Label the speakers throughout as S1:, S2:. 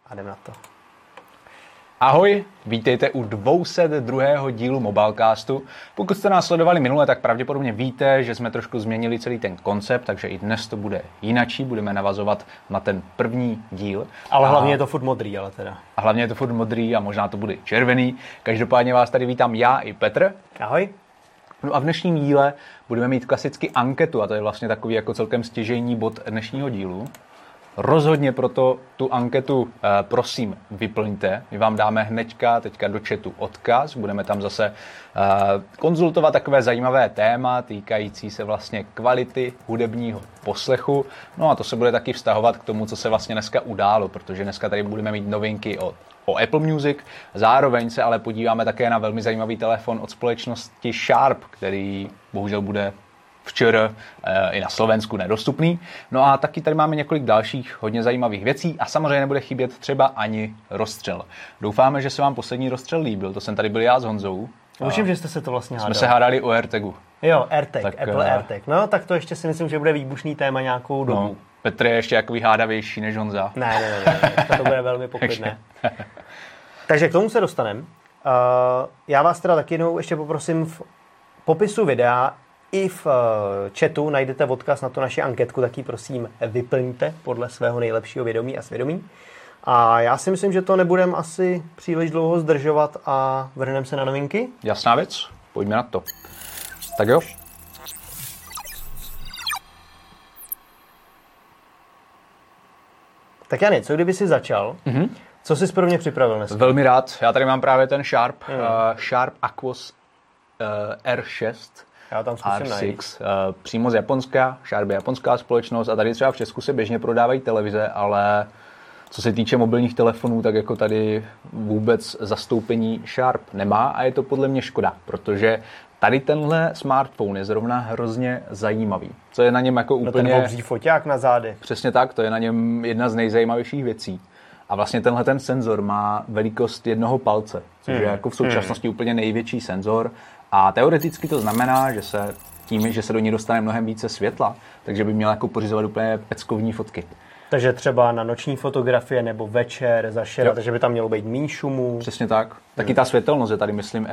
S1: A jdem na to.
S2: Ahoj, vítejte u 202. dílu Mobilecastu. Pokud jste nás sledovali minule, tak pravděpodobně víte, že jsme trošku změnili celý ten koncept, takže i dnes to bude jinačí, budeme navazovat na ten první díl.
S1: Ale hlavně je to furt modrý, ale teda.
S2: A hlavně je to furt modrý a možná to bude červený. Každopádně vás tady vítám já i Petr.
S1: Ahoj.
S2: No a v dnešním díle budeme mít klasicky anketu a to je vlastně takový jako celkem stěžejní bod dnešního dílu. Rozhodně proto tu anketu prosím vyplňte. My vám dáme hnedka teďka do chatu odkaz. Budeme tam zase konzultovat takové zajímavé téma týkající se vlastně kvality hudebního poslechu. No a to se bude taky vztahovat k tomu, co se vlastně dneska událo, protože dneska tady budeme mít novinky o Apple Music. Zároveň se ale podíváme také na velmi zajímavý telefon od společnosti Sharp, který bohužel bude včera i na Slovensku nedostupný. No a taky tady máme několik dalších hodně zajímavých věcí a samozřejmě nebude chybět třeba ani rozstřel. Doufáme, že se vám poslední rozstřel líbil, to jsem tady byl já s Honzou.
S1: Myslím, že jste se to vlastně hádali.
S2: Jsme se hádali o AirTagu.
S1: Jo, AirTag, Apple AirTag. No, tak to ještě si myslím, že bude výbušný téma nějakou dobu.
S2: No, Petr je ještě jakový hádavější než Honza.
S1: Ne, to bude velmi poklidné. Takže k tomu se dostaneme. Já vás teda taky jednou ještě poprosím v popisu videa i v chatu najdete odkaz na tu naši anketku, tak ji prosím vyplňte podle svého nejlepšího vědomí a svědomí. A já si myslím, že to nebudeme asi příliš dlouho zdržovat a vrhneme se na novinky.
S2: Jasná věc, pojďme na to. Tak jo.
S1: Tak Jany, co kdyby si začal? Co jsi pro mě připravil dneska?
S2: Velmi rád, já tady mám právě ten Sharp, Sharp Aquos R6.
S1: Já tam zkusím najít.
S2: Přímo z Japonska, Sharp je japonská společnost a tady třeba v Česku se běžně prodávají televize, ale co se týče mobilních telefonů, tak jako tady vůbec zastoupení Sharp nemá a je to podle mě škoda, protože tady tenhle smartphone je zrovna hrozně zajímavý. Co je na něm jako úplně...
S1: Ten obří foťák na zádech.
S2: Přesně tak, to je na něm jedna z nejzajímavějších věcí. A vlastně tenhle ten senzor má velikost jednoho palce, což je jako v současnosti úplně největší senzor. A teoreticky to znamená, že se tím, že se do ní dostane mnohem více světla, takže by měl jako pořizovat úplně peckovní fotky.
S1: Takže třeba na noční fotografie nebo večer zašerat, takže by tam mělo být méně šumu.
S2: Přesně tak. Taky ta světelnost je tady, myslím,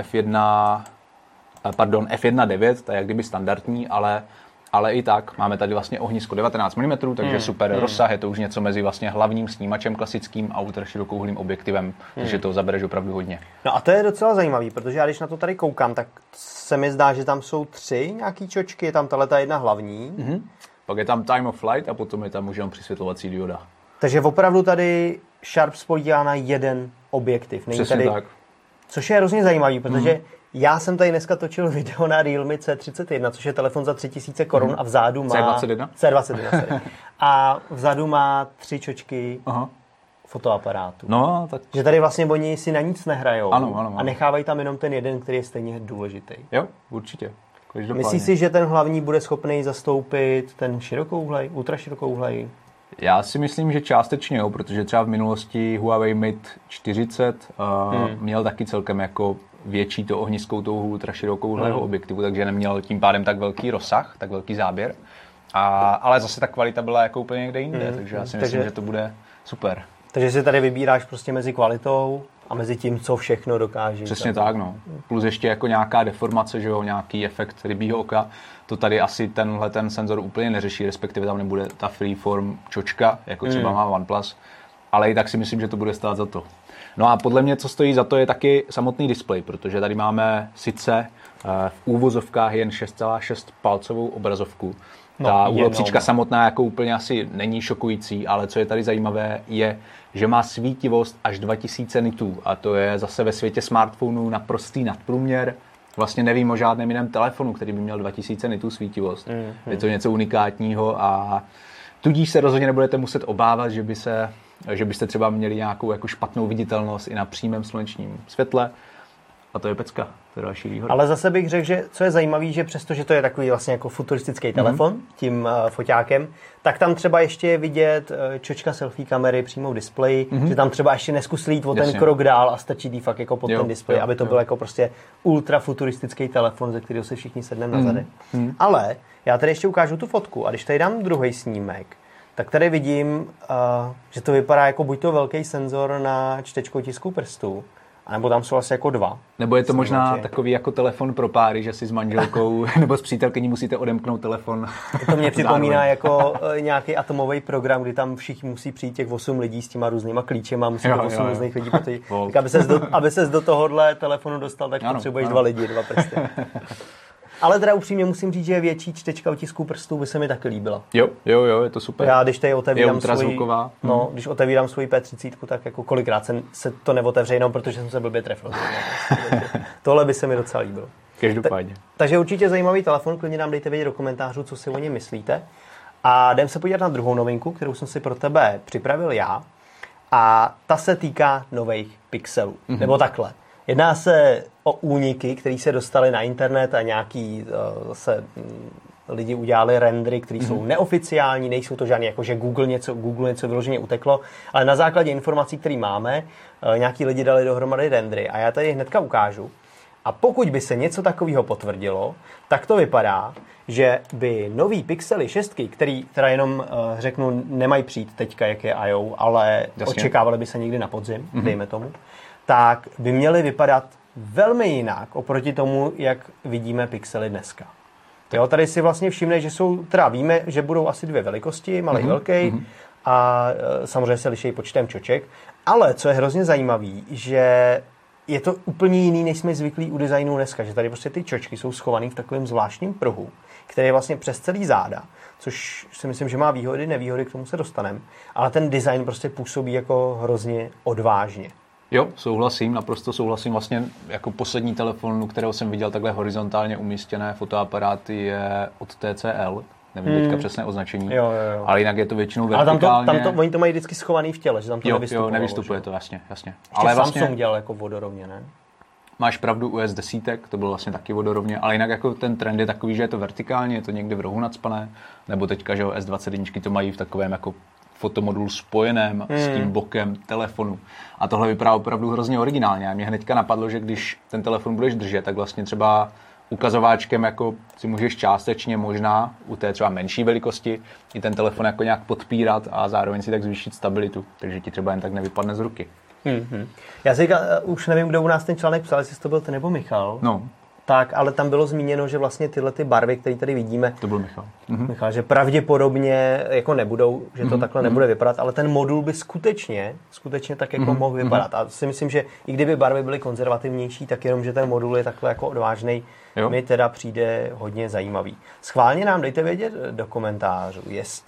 S2: f1.9, to je jak kdyby standardní, ale i tak máme tady vlastně ohnisko 19 mm, takže super rozsah, je to už něco mezi vlastně hlavním snímačem klasickým a ultraširokouhlým objektivem, takže to zabereš opravdu hodně.
S1: No a to je docela zajímavý, protože já když na to tady koukám, tak se mi zdá, že tam jsou 3 nějaký čočky, je tam tahleta jedna hlavní.
S2: Pak je tam time of flight a potom je tam už jenom přisvětlovací dioda.
S1: Takže opravdu tady Sharp spojíhá na jeden objektiv. Není
S2: přesně
S1: tady,
S2: tak.
S1: Což je hrozně zajímavý, protože já jsem tady dneska točil video na Realme C31, což je telefon za 3000 korun a vzadu má...
S2: C21?
S1: C21, a vzadu má 3 čočky fotoaparátu.
S2: No, tak...
S1: Že tady vlastně oni si na nic nehrajou
S2: ano.
S1: a nechávají tam jenom ten jeden, který je stejně důležitý.
S2: Jo, určitě.
S1: Myslíš si, že ten hlavní bude schopný zastoupit ten širokouhlej, ultraširokouhlej?
S2: Já si myslím, že částečně jo, protože třeba v minulosti Huawei Mate 40 měl taky celkem jako větší to ohniskou touhu ultraširokouhlého objektivu, takže neměl tím pádem tak velký rozsah, tak velký záběr. Ale zase ta kvalita byla jako úplně někde jinde, takže já si myslím, že to bude super.
S1: Takže si tady vybíráš prostě mezi kvalitou a mezi tím, co všechno dokáže.
S2: Přesně tak, no. Plus ještě jako nějaká deformace, že jo, nějaký efekt rybího oka. To tady asi tenhle ten senzor úplně neřeší, respektive tam nebude ta freeform čočka, jako třeba má OnePlus, ale i tak si myslím, že to bude stát za to. No a podle mě, co stojí za to, je taky samotný displej, protože tady máme sice v úvozovkách jen 6,6 palcovou obrazovku. Ta úhlopříčka samotná jako úplně asi není šokující, ale co je tady zajímavé je, že má svítivost až 2000 nitů a to je zase ve světě smartphonů naprostý nadprůměr. Vlastně nevím o žádném jiném telefonu, který by měl 2000 nitů svítivost. Je to něco unikátního a tudíž se rozhodně nebudete muset obávat, že byste třeba měli nějakou jako špatnou viditelnost i na přímém slunečním světle. A to je pecka, to je další výhoda.
S1: Ale zase bych řekl, že co je zajímavé, že přesto, že to je takový vlastně jako futuristický telefon tím foťákem, tak tam třeba ještě je vidět čočka selfie kamery přímo v displeji, že tam třeba ještě neskusí jít o ten krok dál a stačí tý fakt jako pod ten displej, aby to byl jako prostě ultra futuristický telefon, ze kterého se všichni sedneme na zadek. Ale já tady ještě ukážu tu fotku a když tady dám druhý snímek, tak tady vidím, že to vypadá jako buď to velký senzor na čtečku otisků prstů, anebo tam jsou asi jako dva.
S2: Nebo je to možná takový jako telefon pro páry, že si s manželkou nebo s přítelkyní musíte odemknout telefon.
S1: To mě připomíná jako nějaký atomový program, kdy tam všichni musí přijít těch 8 lidí s těma různýma klíčema, musí to 8 různých lidí, tak aby ses do tohohle telefonu dostal, tak potřebuješ 2 lidi, 2 prsty. Ale teda upřímně musím říct, že větší čtečka otisků prstů by se mi taky líbila.
S2: Jo, je to super.
S1: Já když tady otevírám
S2: když
S1: otevírám svůj P30, tak jako kolikrát se to neotevře jenom, protože jsem se blbě trefil. Tohle by se mi docela líbilo.
S2: Každopádně.
S1: Takže určitě zajímavý telefon, klidně nám dejte vědět do komentářů, co si o něm myslíte. A jdeme se podívat na druhou novinku, kterou jsem si pro tebe připravil já. A ta se týká nových pixelů. Nebo takhle. Jedná se o úniky, které se dostaly na internet a nějaký zase lidi udělali rendery, které jsou neoficiální, nejsou to žádný, jako že Google něco vyloženě uteklo, ale na základě informací, které máme, nějaký lidi dali dohromady rendery a já tady hnedka ukážu. A pokud by se něco takového potvrdilo, tak to vypadá, že by nový Pixely 6, který teda jenom řeknu, nemají přijít teďka, jak je I.O., ale očekávali by se někdy na podzim, dejme tomu, tak by měly vypadat velmi jinak oproti tomu, jak vidíme Pixely dneska. Jo, tady si vlastně všimne, že jsou, teda víme, že budou asi 2 velikosti, malý, velký, a samozřejmě se liší počtem čoček, ale co je hrozně zajímavý, že je to úplně jiný, než jsme zvyklí u designu dneska, že tady prostě ty čočky jsou schované v takovém zvláštním pruhu, který je vlastně přes celý záda, což si myslím, že má výhody, nevýhody, k tomu se dostaneme, ale ten design prostě působí jako hrozně odvážně.
S2: Jo, naprosto souhlasím. Vlastně jako poslední telefon, kterého jsem viděl takhle horizontálně umístěné fotoaparáty, je od TCL. Nevím teďka přesné označení,
S1: jo.
S2: Ale jinak je to většinou vertikálně.
S1: Ale oni to mají vždycky schovaný v těle, že tam to nevystupuje.
S2: Jo, nevystupuje to, jasně.
S1: Ale Samsung vlastně dělal jako vodorovně, ne?
S2: Máš pravdu, u S10, to bylo vlastně taky vodorovně, ale jinak jako ten trend je takový, že je to vertikálně, je to někde v rohu nacpané, nebo teďka, že S21 to mají v takovém jako fotomodul spojeném s tím bokem telefonu. A tohle vypadá opravdu hrozně originálně. A mě hnedka napadlo, že když ten telefon budeš držet, tak vlastně třeba ukazováčkem jako si můžeš částečně možná u té třeba menší velikosti i ten telefon jako nějak podpírat a zároveň si tak zvýšit stabilitu. Takže ti třeba jen tak nevypadne z ruky.
S1: Já si už nevím, kdo u nás ten článek psal, jestli to byl ty nebo Michal.
S2: No.
S1: Tak, ale tam bylo zmíněno, že vlastně tyhle ty barvy, které tady vidíme,
S2: to byl Michal.
S1: Michal, že pravděpodobně jako nebudou, že to takhle nebude vypadat, ale ten modul by skutečně tak jako mohl vypadat. A si myslím, že i kdyby barvy byly konzervativnější, tak jenom, že ten modul je takhle jako odvážnej, mi teda přijde hodně zajímavý. Schválně nám dejte vědět do komentářů,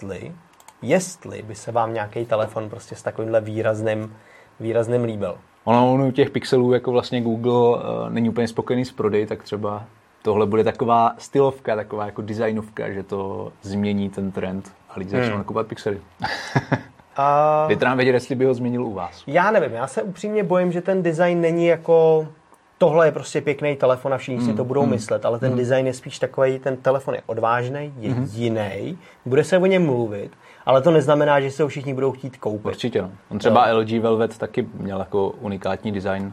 S1: jestli by se vám nějaký telefon prostě s takovýmhle výrazným líbil.
S2: Ono u těch pixelů jako vlastně Google není úplně spokojený s prodej, tak třeba tohle bude taková stylovka, taková jako designovka, že to změní ten trend a lidi začnou nakupovat pixely. Dejte nám vědět, jestli by ho změnil u vás.
S1: Já nevím, já se upřímně bojím, že ten design není jako tohle je prostě pěkný telefon a všichni si to budou myslet, ale ten design je spíš takový, ten telefon je odvážnej, je jiný, bude se o něm mluvit, ale to neznamená, že se ho všichni budou chtít koupit.
S2: Určitě, no. On třeba LG Velvet taky měl jako unikátní design.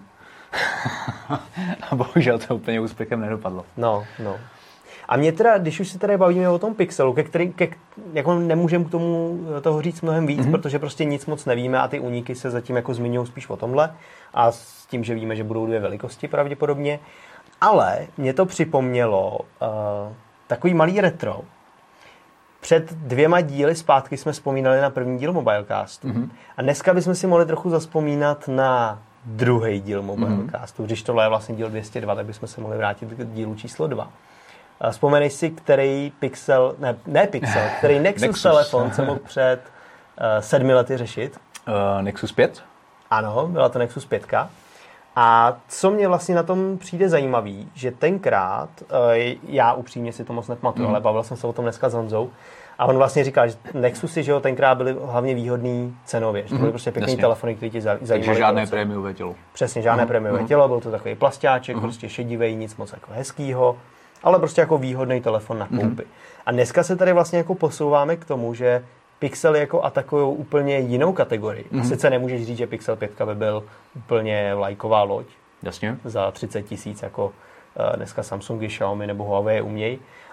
S2: A bohužel to úplně úspěchem nedopadlo.
S1: No. A mě teda, když už se tady bavíme o tom Pixelu, jako nemůžeme k tomu toho říct mnohem víc, protože prostě nic moc nevíme a ty úniky se zatím jako zmiňují spíš o tomhle a s tím, že víme, že budou 2 velikosti pravděpodobně. Ale mě to připomnělo takový malý retro. Před 2 díly zpátky jsme vzpomínali na první díl Mobilecastu. A dneska bychom si mohli trochu zazpomínat na druhý díl Mobilecastu. Když tohle je vlastně díl 202, tak bychom se mohli vrátit k dílu číslo 2. Vzpomenej si, který Pixel, který Nexus telefon se mohl před 7 lety řešit?
S2: Nexus 5?
S1: Ano, byla to Nexus 5. A co mě vlastně na tom přijde zajímavý, že tenkrát, já upřímně si to moc nepamatuju, ale bavil jsem se o tom dneska s Honzou, a on vlastně říkal, že Nexusy, že jo, tenkrát byly hlavně výhodný cenově, že to byly prostě pěkný telefony, které ti zajímaly.
S2: Takže žádné prémiové tělo.
S1: Přesně, žádné prémiové tělo, byl to takový plasťáček, prostě šedivej, nic moc jako hezkýho, ale prostě jako výhodný telefon na koupy. A dneska se tady vlastně jako posouváme k tomu, že Pixely jako atakují úplně jinou kategorii. Sice nemůžeš říct, že Pixel 5 by byl úplně vlajková loď.
S2: Jasně.
S1: Za 30 000, jako dneska Samsungy, Xiaomi nebo Huawei umějí.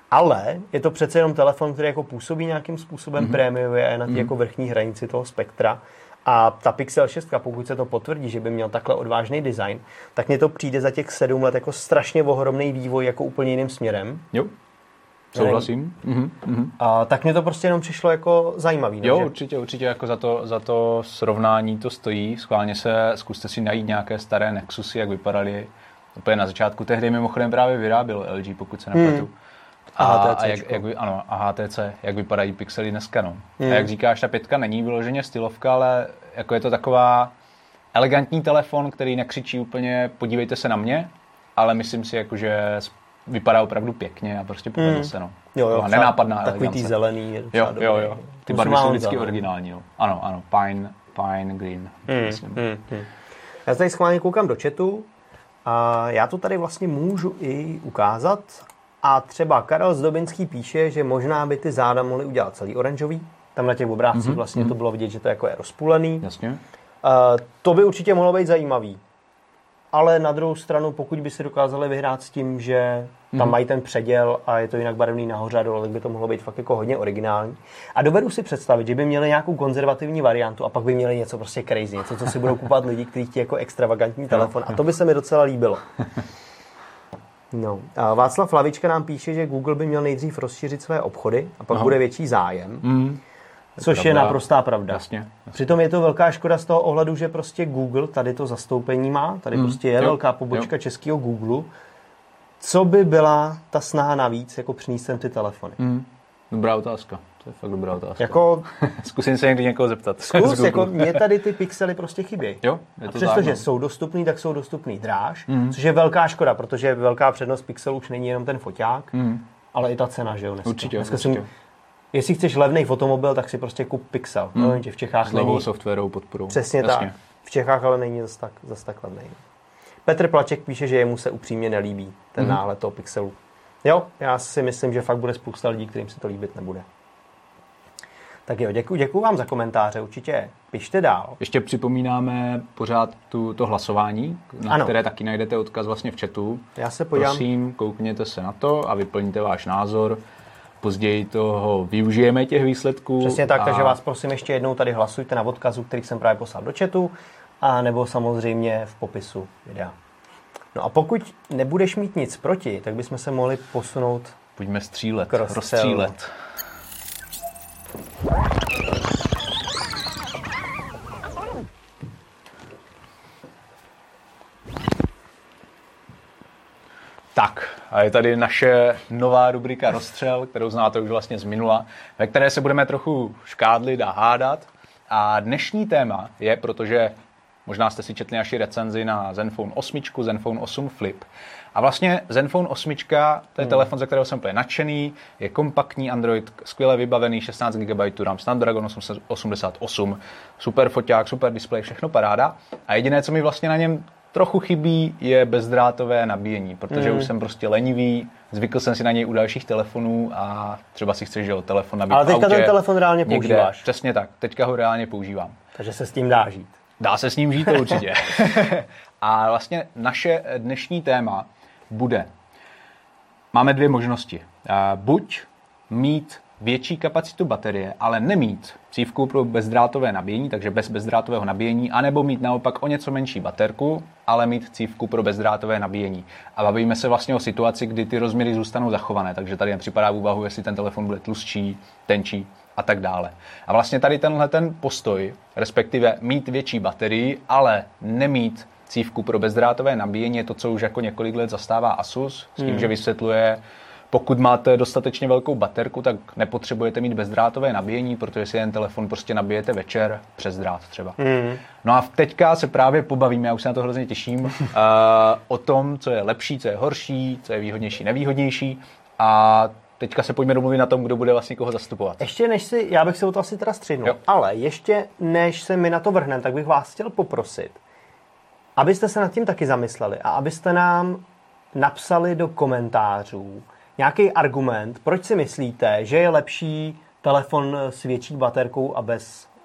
S1: Ale je to přece jenom telefon, který jako působí nějakým způsobem prémiově a je na té jako vrchní hranici toho spektra. A ta Pixel 6, pokud se to potvrdí, že by měl takhle odvážný design, tak mně to přijde za těch 7 let jako strašně ohromný vývoj jako úplně jiným směrem.
S2: Jo, souhlasím.
S1: A tak mně to prostě jenom přišlo jako zajímavý.
S2: Jo, určitě jako za to srovnání to stojí. Zkuste si najít nějaké staré Nexusy, jak vypadaly úplně na začátku. Tehdy mimochodem právě vyrábělo LG, pokud se nepletu. A HTC, jak vypadají Pixely dneska. No. A jak říkáš, ta 5 není vyloženě stylovka, ale jako je to taková elegantní telefon, který nekřičí úplně podívejte se na mě, ale myslím si, jako, že vypadá opravdu pěkně a prostě povedl se. No.
S1: Jo,
S2: nenápadná
S1: takový
S2: elegance.
S1: Tý zelený je
S2: docela dobrý. Jo. Ty barvy jsou vždycky originální. No. Ano, Pine Green.
S1: Já tady schválně koukám do chatu a já to tady vlastně můžu i ukázat. A třeba Karel Zdobinský píše, že možná by ty záda mohly udělat celý oranžový. Tam na těch obrázcích vlastně to bylo vidět, že to jako je rozpůlený.
S2: Jasně.
S1: To by určitě mohlo být zajímavý. Ale na druhou stranu, pokud by si dokázali vyhrát s tím, že tam mají ten předěl a je to jinak barevný nahoře a dole, tak by to mohlo být fakt jako hodně originální. A dovedu si představit, že by měli nějakou konzervativní variantu a pak by měli něco prostě crazy, něco, co si budou kupovat lidi, kteří chtějí jako extravagantní telefon. A to by se mi docela líbilo. No. A Václav Lavička nám píše, že Google by měl nejdřív rozšířit své obchody a pak bude větší zájem. Což je naprostá pravda.
S2: Jasně.
S1: Přitom je to velká škoda z toho ohledu, že prostě Google tady to zastoupení má, tady prostě je velká pobočka českého Google. Co by byla ta snaha navíc, jako přinést sem ty telefony?
S2: Dobrá otázka. To je fakt dobrá otázka.
S1: Jako,
S2: zkusím se někdy někoho zeptat.
S1: Zkus, jako mě tady ty pixely prostě chybějí.
S2: Jo,
S1: a přestože jsou dostupný, tak jsou dostupný dráž, což je velká škoda, protože velká přednost pixelu už není jenom ten foťák, ale i ta cena, že jo, dneska.
S2: Určitě.
S1: Jestli chceš levný fotomobil, tak si prostě kup Pixel. V Čechách
S2: s levou softwarovou podporou.
S1: Přesně tak. V Čechách ale není zas tak levný. Petr Plaček píše, že jemu se upřímně nelíbí ten náhled toho Pixelu. Jo, já si myslím, že fakt bude spousta lidí, kterým se to líbit nebude. Tak jo, děkuju vám za komentáře, určitě pište dál.
S2: Ještě připomínáme pořád to hlasování, na které taky najdete odkaz vlastně v chatu.
S1: Já se podívám.
S2: Prosím, koukněte se na to a vyplňte váš názor. Později toho využijeme těch výsledků.
S1: Přesně tak, takže vás prosím ještě jednou tady hlasujte na odkazu, který jsem právě poslal do chatu, a nebo samozřejmě v popisu videa. No a pokud nebudeš mít nic proti, tak bychom se mohli posunout.
S2: Pojďme rozstřílet. Tak, a je tady naše nová rubrika Rozstřel, kterou znáte už vlastně z minula, ve které se budeme trochu škádlit a hádat. A dnešní téma je, protože možná jste si četli naši recenzi na Zenfone 8, Zenfone 8 Flip. A vlastně Zenfone 8, to je telefon, ze kterého jsem úplně nadšený, je kompaktní Android, skvěle vybavený, 16 GB RAM, Snapdragon 888, super foťák, super displej, všechno paráda. A jediné, co mi vlastně na něm trochu chybí, je bezdrátové nabíjení, protože už jsem prostě lenivý, zvykl jsem si na něj u dalších telefonů a třeba si chceš, že telefon nabít v autě.
S1: Ale teďka ten telefon reálně používáš.
S2: Přesně tak, teďka ho reálně používám.
S1: Takže se s tím dá žít.
S2: Dá se s ním žít, to určitě. A vlastně naše dnešní téma bude, máme dvě možnosti. Buď mít větší kapacitu baterie, ale nemít cívku pro bezdrátové nabíjení, takže bez bezdrátového nabíjení, anebo mít naopak o něco menší baterku, ale mít cívku pro bezdrátové nabíjení. A bavíme se vlastně o situaci, kdy ty rozměry zůstanou zachované, takže tady nepřipadá v úvahu, jestli ten telefon bude tlustší, tenčí a tak dále. A vlastně tady tenhle ten postoj, respektive mít větší baterii, ale nemít cívku pro bezdrátové nabíjení, je to, co už jako několik let zastává Asus, s tím, že vysvětluje, pokud máte dostatečně velkou baterku, tak nepotřebujete mít bezdrátové nabíjení, protože si ten telefon prostě nabijete večer přes drát třeba. No a teďka se právě pobavíme, já už se na to hrozně těším, o tom, co je lepší, co je horší, co je výhodnější, nevýhodnější, a teďka se pojďme domluvit na tom, kdo bude vlastně koho zastupovat.
S1: Ještě než si, já bych se o to asi teda střihnul, ale ještě než se mi na to vrhneme, tak bych vás chtěl poprosit, abyste se nad tím taky zamysleli a abyste nám napsali do komentářů nějaký argument, proč si myslíte, že je lepší telefon s větší baterkou a bez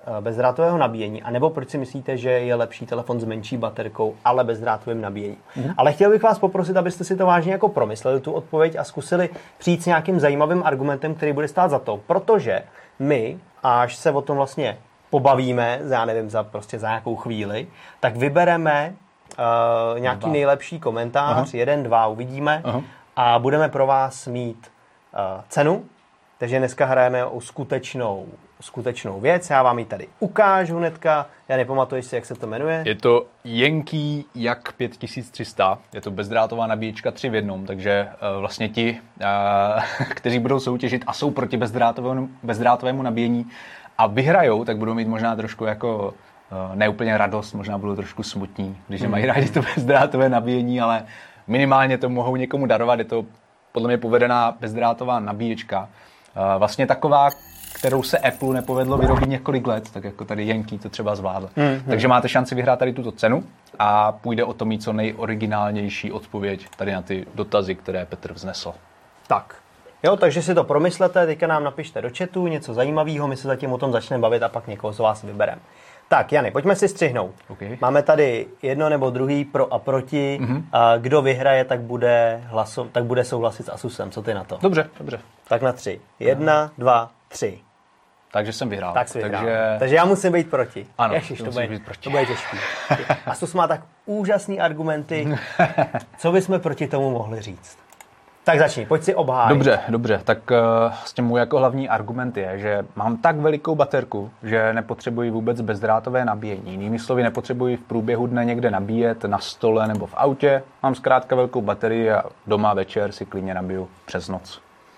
S1: bezdrátového nabíjení, anebo proč si myslíte, že je lepší telefon s menší baterkou, ale bezdrátovým nabíjení. Ale chtěl bych vás poprosit, abyste si to vážně jako promysleli, tu odpověď, a zkusili přijít s nějakým zajímavým argumentem, který bude stát za to, protože my, až se o tom vlastně pobavíme, já nevím, za nějakou chvíli, tak vybereme nějaký nejlepší komentář, 1, 2, uvidíme, a budeme pro vás mít cenu, takže dneska hrajeme o skutečnou věc, já vám ji tady ukážu hnedka, já nepamatuji si, jak se to jmenuje.
S2: Je to Yankee Jak 5300, je to bezdrátová nabíječka 3 v 1, takže vlastně ti, kteří budou soutěžit a jsou proti bezdrátovému nabíjení a vyhrajou, tak budou mít možná trošku jako neúplně radost, možná budou trošku smutní, když nemají rádi to bezdrátové nabíjení, ale minimálně to mohou někomu darovat, je to podle mě povedená bezdrátová nabíječka. Vlastně taková, kterou se Apple nepovedlo vyrobit několik let, tak jako tady Yankee to třeba zvládl. Takže máte šanci vyhrát tady tuto cenu a půjde o to mít co nejoriginálnější odpověď tady na ty dotazy, které Petr vznesl.
S1: Tak. Jo, takže si to promyslete, teďka nám napište do chatu něco zajímavého, my se zatím o tom začneme bavit a pak někoho z vás vybereme. Tak, Jany, pojďme si střihnout.
S2: Okay.
S1: Máme tady jedno nebo druhý pro a proti. A kdo vyhraje, tak bude souhlasit s Asusem. Co ty na to?
S2: Dobře.
S1: Tak na 3. 1, 2, 3.
S2: Takže jsem vyhrál.
S1: Tak jsi vyhrál. Takže já musím být proti.
S2: Ano,
S1: Ježiš, to bude těžký. Asus má tak úžasný argumenty. Co bychom proti tomu mohli říct? Tak začni, pojď si obhájit.
S2: Dobře. Tak s tím můj jako hlavní argument je, že mám tak velikou baterku, že nepotřebuji vůbec bezdrátové nabíjení. Jinými slovy, nepotřebuji v průběhu dne někde nabíjet na stole nebo v autě. Mám zkrátka velkou baterii a doma večer si klidně nabiju přes noc.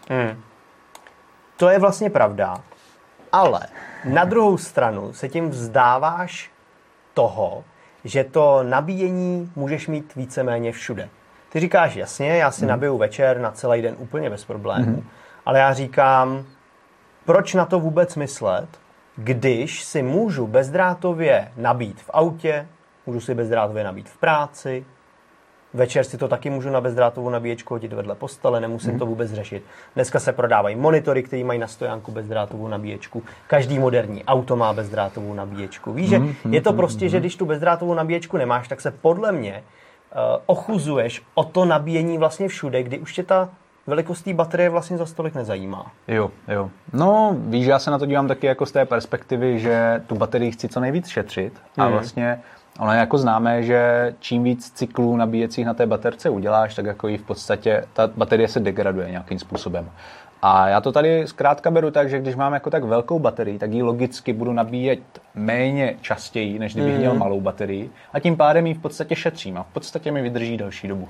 S1: To je vlastně pravda, ale na druhou stranu se tím vzdáváš toho, že to nabíjení můžeš mít víceméně všude. Ty říkáš, jasně, já si nabiju večer na celý den úplně bez problémů, ale já říkám, proč na to vůbec myslet, když si můžu bezdrátově nabít v autě, můžu si bezdrátově nabít v práci, večer si to taky můžu na bezdrátovou nabíječku hodit vedle postele, nemusím to vůbec řešit. Dneska se prodávají monitory, které mají na stojánku bezdrátovou nabíječku. Každý moderní auto má bezdrátovou nabíječku. Víš, že je to prostě, že když tu bezdrátovou nabíječku nemáš, tak se podle mě ochuzuješ o to nabíjení vlastně všude, kdy už tě ta velikost té baterie vlastně za stolik nezajímá.
S2: Jo. No, víš, já se na to dívám taky jako z té perspektivy, že tu baterii chci co nejvíc šetřit a vlastně ono je jako známé, že čím víc cyklů nabíjecích na té baterce uděláš, tak jako jí v podstatě ta baterie se degraduje nějakým způsobem. A já to tady zkrátka beru tak, že když mám jako tak velkou baterii, tak ji logicky budu nabíjet méně častěji, než kdybych měl malou baterii. A tím pádem ji v podstatě šetřím a v podstatě mi vydrží další dobu.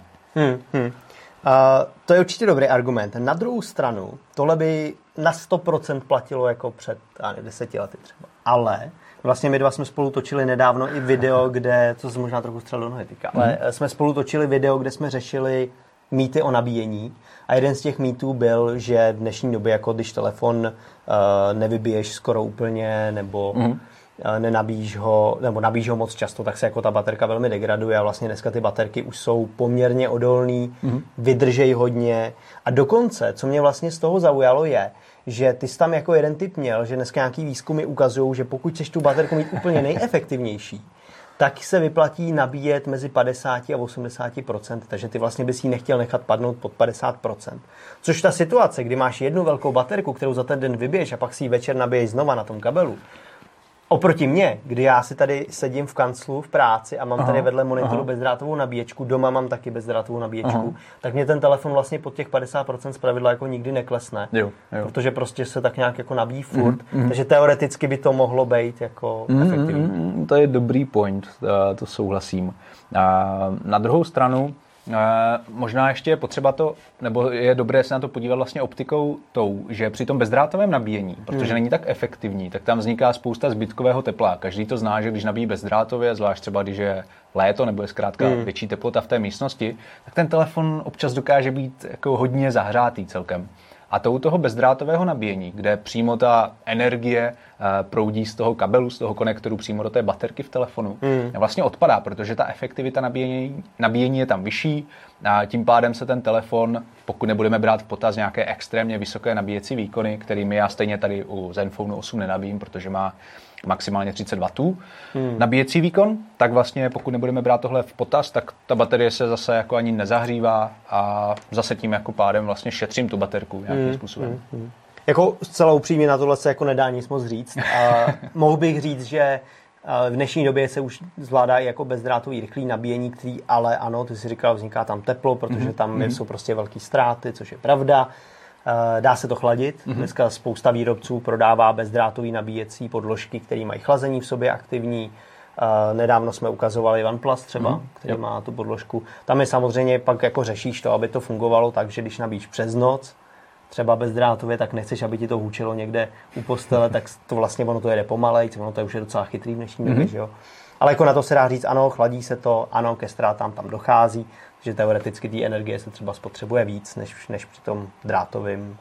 S1: To je určitě dobrý argument. Na druhou stranu, tohle by na 100% platilo jako před 10 lety třeba. Ale vlastně my dva jsme spolu točili nedávno i video, kde, to se možná trochu střel do nohy týká, ale jsme spolu točili video, kde jsme řešili mýty o nabíjení. A jeden z těch mýtů byl, že v dnešní době, jako když telefon nevybiješ skoro úplně, nebo nenabíjíš ho, nebo nabíjíš ho moc často, tak se jako ta baterka velmi degraduje a vlastně dneska ty baterky už jsou poměrně odolný, vydržejí hodně. A dokonce, co mě vlastně z toho zaujalo je, že ty jsi tam jako jeden typ měl, že dneska nějaký výzkumy ukazují, že pokud chceš tu baterku mít úplně nejefektivnější, tak se vyplatí nabíjet mezi 50 a 80%, takže ty vlastně bys ji nechtěl nechat padnout pod 50%. Což ta situace, kdy máš jednu velkou baterku, kterou za ten den vybiješ a pak si ji večer nabiješ znova na tom kabelu, oproti mně, kdy já si tady sedím v kanclu v práci a mám tady vedle monitoru bezdrátovou nabíječku, doma mám taky bezdrátovou nabíječku, tak mě ten telefon vlastně pod těch 50% zpravidla jako nikdy neklesne, protože prostě se tak nějak jako nabíjí furt, takže teoreticky by to mohlo být jako efektivní.
S2: To je dobrý point, to souhlasím. Na druhou stranu, možná ještě je potřeba to, nebo je dobré se na to podívat vlastně optikou tou, že při tom bezdrátovém nabíjení, protože není tak efektivní, tak tam vzniká spousta zbytkového tepla. Každý to zná, že když nabíjí bezdrátově, zvlášť třeba když je léto nebo je zkrátka větší teplota v té místnosti, tak ten telefon občas dokáže být jako hodně zahřátý celkem. A to u toho bezdrátového nabíjení, kde přímo ta energie proudí z toho kabelu, z toho konektoru přímo do té baterky v telefonu, vlastně odpadá, protože ta efektivita nabíjení je tam vyšší a tím pádem se ten telefon, pokud nebudeme brát v potaz nějaké extrémně vysoké nabíjecí výkony, kterými já stejně tady u Zenfone 8 nenabíjím, protože má maximálně 30 W nabíjecí výkon, tak vlastně pokud nebudeme brát tohle v potaz, tak ta baterie se zase jako ani nezahřívá a zase tím jako pádem vlastně šetřím tu baterku nějakým způsobem.
S1: Jako zcela upřímně na tohle se jako nedá nic moc říct. A mohl bych říct, že v dnešní době se už zvládá i jako bezdrátový rychlý nabíjení, který ale ano, ty si říkal, vzniká tam teplo, protože tam jsou prostě velké ztráty, což je pravda. Dá se to chladit. Dneska spousta výrobců prodává bezdrátový nabíjecí podložky, které mají chlazení v sobě aktivní. Nedávno jsme ukazovali OnePlus třeba, který má tu podložku. Tam je samozřejmě pak jako řešíš to, aby to fungovalo tak, že když nabíjíš přes noc, třeba bezdrátově, tak nechceš, aby ti to hůčelo někde u postele, tak to vlastně ono to jede pomalej, ono to je už je docela chytrý v dnešní době, že jo. Ale jako na to se dá říct, ano, chladí se to, ano, ke ztrátám tam dochází, že teoreticky té energie se třeba spotřebuje víc, než při tom drátovém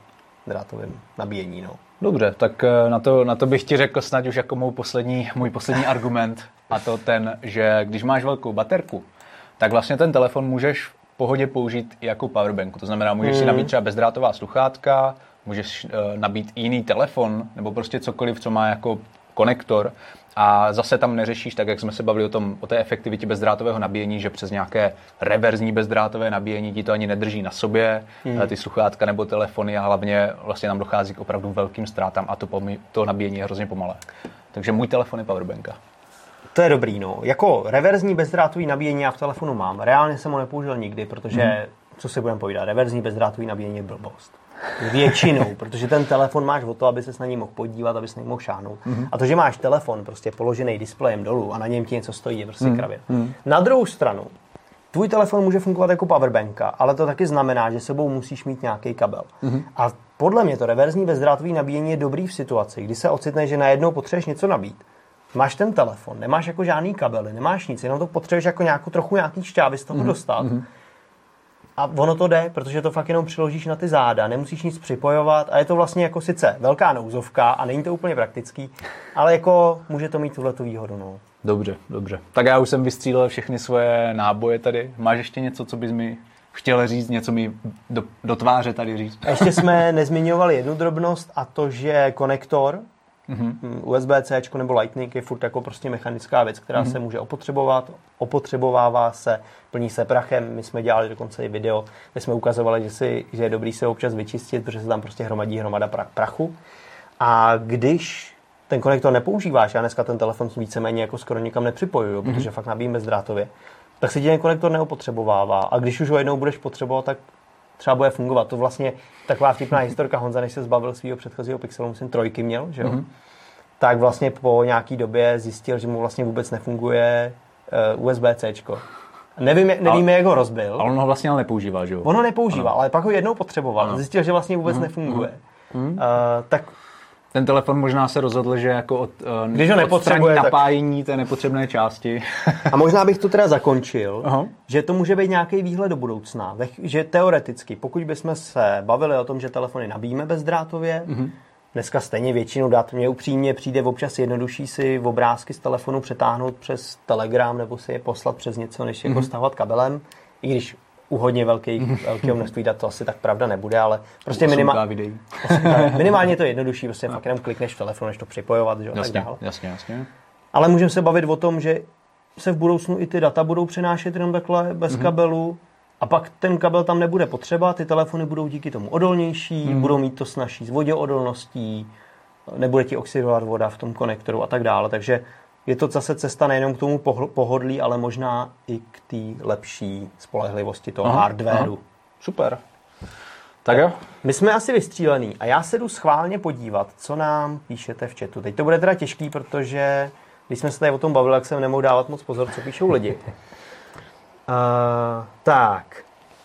S1: nabíjení, no.
S2: Dobře, tak na to bych ti řekl snad už jako můj poslední argument, a to ten, že když máš velkou baterku, tak vlastně ten telefon můžeš v pohodě použít i jako powerbanku. To znamená, můžeš si nabít třeba bezdrátová sluchátka, můžeš nabít jiný telefon, nebo prostě cokoliv, co má jako konektor, a zase tam neřešíš, tak jak jsme se bavili o té efektivitě bezdrátového nabíjení, že přes nějaké reverzní bezdrátové nabíjení ti to ani nedrží na sobě, ty sluchátka nebo telefony, a hlavně vlastně tam dochází k opravdu velkým ztrátám a to nabíjení je hrozně pomalé. Takže můj telefon je powerbanka.
S1: To je dobrý, no. Jako reverzní bezdrátový nabíjení já v telefonu mám. Reálně jsem ho nepoužil nikdy, protože, co si budeme povídat, reverzní bezdrátový nabíjení je blbost. Většinou, protože ten telefon máš o to, aby ses na něj mohl podívat, aby se na něj mohl šáhnout. A to, že máš telefon prostě položený displejem dolů a na něm ti něco stojí, je prostě kravě. Na druhou stranu, tvůj telefon může fungovat jako powerbanka, ale to taky znamená, že sebou musíš mít nějaký kabel. A podle mě to reverzní bezdrátový nabíjení je dobrý v situaci, kdy se ocitne, že najednou potřebuješ něco nabít. Máš ten telefon, nemáš jako žádný kabely, nemáš nic, jenom to potřebuješ jako nějaký šťávy z toho dostat. A ono to jde, protože to fakt jenom přiložíš na ty záda, nemusíš nic připojovat a je to vlastně jako sice velká nouzovka a není to úplně praktický, ale jako může to mít tuhletu výhodu. No.
S2: Dobře. Tak já už jsem vystřílel všechny svoje náboje tady. Máš ještě něco, co bys mi chtěl říct, něco mi do tváře tady říct?
S1: Ještě jsme nezmiňovali jednu drobnost, a to, že konektor USB-C nebo Lightning je furt jako prostě mechanická věc, která se může opotřebovává se, plní se prachem. My jsme dělali dokonce i video, kde jsme ukazovali, že je dobrý se občas vyčistit, protože se tam prostě hromadí hromada prachu. A když ten konektor nepoužíváš, já dneska ten telefon víceméně jako skoro nikam nepřipojuju, protože fakt nabíjím bezdrátově, tak se ti ten konektor neopotřebovává. A když už ho jednou budeš potřebovat, tak třeba bude fungovat. To vlastně taková vtipná historka. Honza, než se zbavil svého předchozího Pixelu, myslím 3 měl, že jo? Tak vlastně po nějaký době zjistil, že mu vlastně vůbec nefunguje USB-Cčko. Nevíme, jak ho rozbil.
S2: Ale on ho vlastně nepoužívá, že jo?
S1: On ho nepoužívá, ale pak ho jednou potřeboval. Zjistil, že vlastně vůbec nefunguje. Tak
S2: ten telefon možná se rozhodl, že jako
S1: když ho nepotřebuje,
S2: napájení té nepotřebné části.
S1: A možná bych to teda zakončil, že to může být nějaký výhled do budoucna. Že teoreticky, pokud bychom se bavili o tom, že telefony nabíjíme bezdrátově, dneska stejně většinu dat, mě upřímně přijde občas jednodušší si obrázky z telefonu přetáhnout přes Telegram nebo si je poslat přes něco, než jako stahovat kabelem, i když u hodně velkého množství dat to asi tak pravda nebude, ale prostě minimálně to je jednodušší, prostě fakt jenom klikneš v telefonu, než to připojovat, že?
S2: Jasně,
S1: tak dále.
S2: Jasně.
S1: Ale můžeme se bavit o tom, že se v budoucnu i ty data budou přenášet jenom takhle bez kabelu a pak ten kabel tam nebude potřeba, ty telefony budou díky tomu odolnější, budou mít to snazší s voděodolností, nebude ti oxidovat voda v tom konektoru a tak dále, takže je to zase cesta nejenom k tomu pohodlí, ale možná i k té lepší spolehlivosti toho hardwareu.
S2: Super. Tak jo.
S1: My jsme asi vystřílený a já se jdu schválně podívat, co nám píšete v chatu. Teď to bude teda těžký, protože když jsme se tady o tom bavili, tak jsem nemohl dávat moc pozor, co píšou lidi. Tak.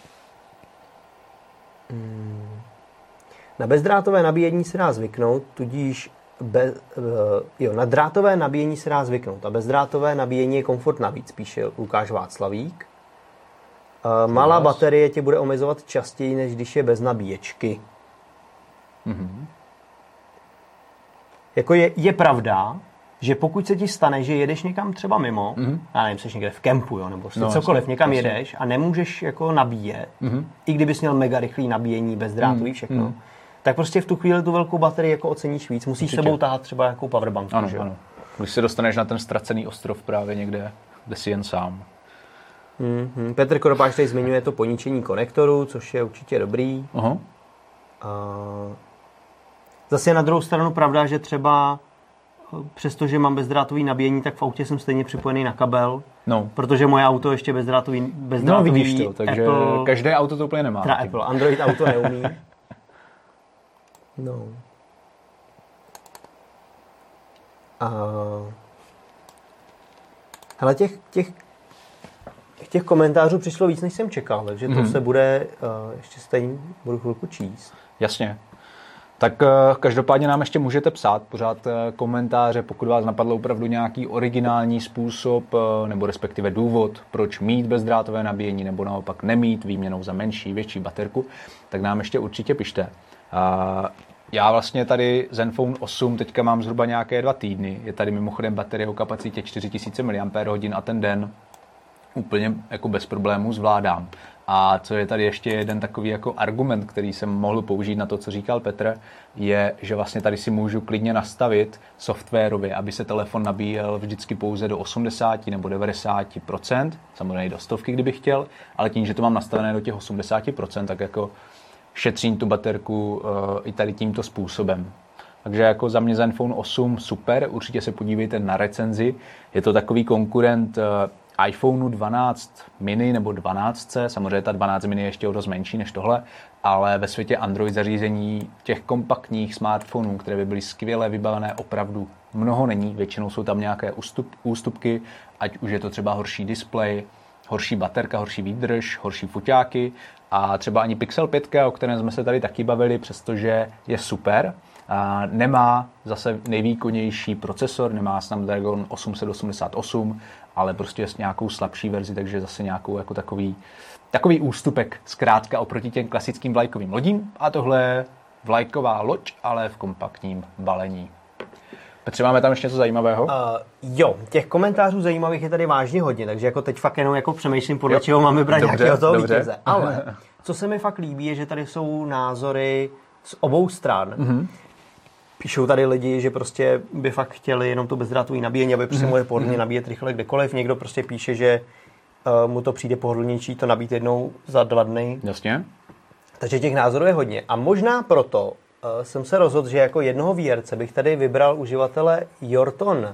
S1: Na bezdrátové nabíjení se dá zvyknout, tudíž na drátové nabíjení se dá zvyknout a bezdrátové nabíjení je komfort navíc, píše Lukáš Václavík. Malá baterie tě bude omezovat častěji, než když je bez nabíječky. Jako je pravda, že pokud se ti stane, že jedeš někam třeba mimo, já nevím, jsi někde v kempu, jo, nebo cokoliv, někam jedeš a nemůžeš jako nabíjet, i kdybys měl mega rychlý nabíjení, bezdrátový, všechno, tak prostě v tu chvíli tu velkou baterii jako oceníš víc. Musíš s sebou tahat třeba nějakou powerbanku.
S2: Ano, ano. Když se dostaneš na ten ztracený ostrov právě někde, kde jsi jen sám.
S1: Petr Koropáš tady zmiňuje to poničení konektoru, což je určitě dobrý. Zase je na druhou stranu pravda, že třeba přestože mám bezdrátový nabíjení, tak v autě jsem stejně připojený na kabel, protože moje auto ještě bezdrátový
S2: vidíš to, takže Apple, každé auto to úplně nemá.
S1: Teda Apple, Android auto neumí. No. Hele, těch komentářů přišlo víc, než jsem čekal, takže to se bude, ještě stejně budu chvilku číst.
S2: Jasně. Tak každopádně nám ještě můžete psát pořád komentáře, pokud vás napadlo opravdu nějaký originální způsob, nebo respektive důvod, proč mít bezdrátové nabíjení, nebo naopak nemít výměnou za menší, větší baterku, tak nám ještě určitě pište. Já vlastně tady Zenfone 8 teďka mám zhruba nějaké 2 týdny. Je tady mimochodem baterie o kapacitě 4000 mAh a ten den úplně jako bez problémů zvládám. A co je tady ještě jeden takový jako argument, který jsem mohl použít na to, co říkal Petr, je, že vlastně tady si můžu klidně nastavit softwarově, aby se telefon nabíjel vždycky pouze do 80 nebo 90%, samozřejmě do 100, kdybych chtěl, ale tím, že to mám nastavené do těch 80%, tak jako šetřím tu baterku i tady tímto způsobem. Takže jako za mě Zenfone 8 super, určitě se podívejte na recenzi. Je to takový konkurent iPhoneu 12 mini nebo 12, samozřejmě ta 12 mini je ještě o dost menší než tohle, ale ve světě Android zařízení těch kompaktních smartphonů, které by byly skvěle vybavené, opravdu mnoho není. Většinou jsou tam nějaké ústupky, ať už je to třeba horší displej, horší baterka, horší výdrž, horší foťáky a třeba ani Pixel 5, o kterém jsme se tady taky bavili, přestože je super. Nemá zase nejvýkonnější procesor, nemá Snapdragon 888, ale prostě s nějakou slabší verzi, takže zase nějakou jako takový ústupek zkrátka oproti těm klasickým vlajkovým lodím. A tohle je vlajková loď, ale v kompaktním balení. Petře, máme tam ještě něco zajímavého?
S1: Jo, těch komentářů zajímavých je tady vážně hodně, takže jako teď fakt jenom jako přemýšlím, podle čeho máme brát nějakého toho vítěze. Ale co se mi fakt líbí, je, že tady jsou názory z obou stran. Píšou tady lidi, že prostě by fakt chtěli jenom to bezdrátový nabíjení, aby prostě mohli pohodlně nabíjet rychle kdekoliv. Někdo prostě píše, že mu to přijde pohodlnější to nabít jednou za 2 dny.
S2: Jasně.
S1: Takže těch názorů je hodně. A možná proto jsem se rozhodl, že jako jednoho výherce bych tady vybral uživatele Jorton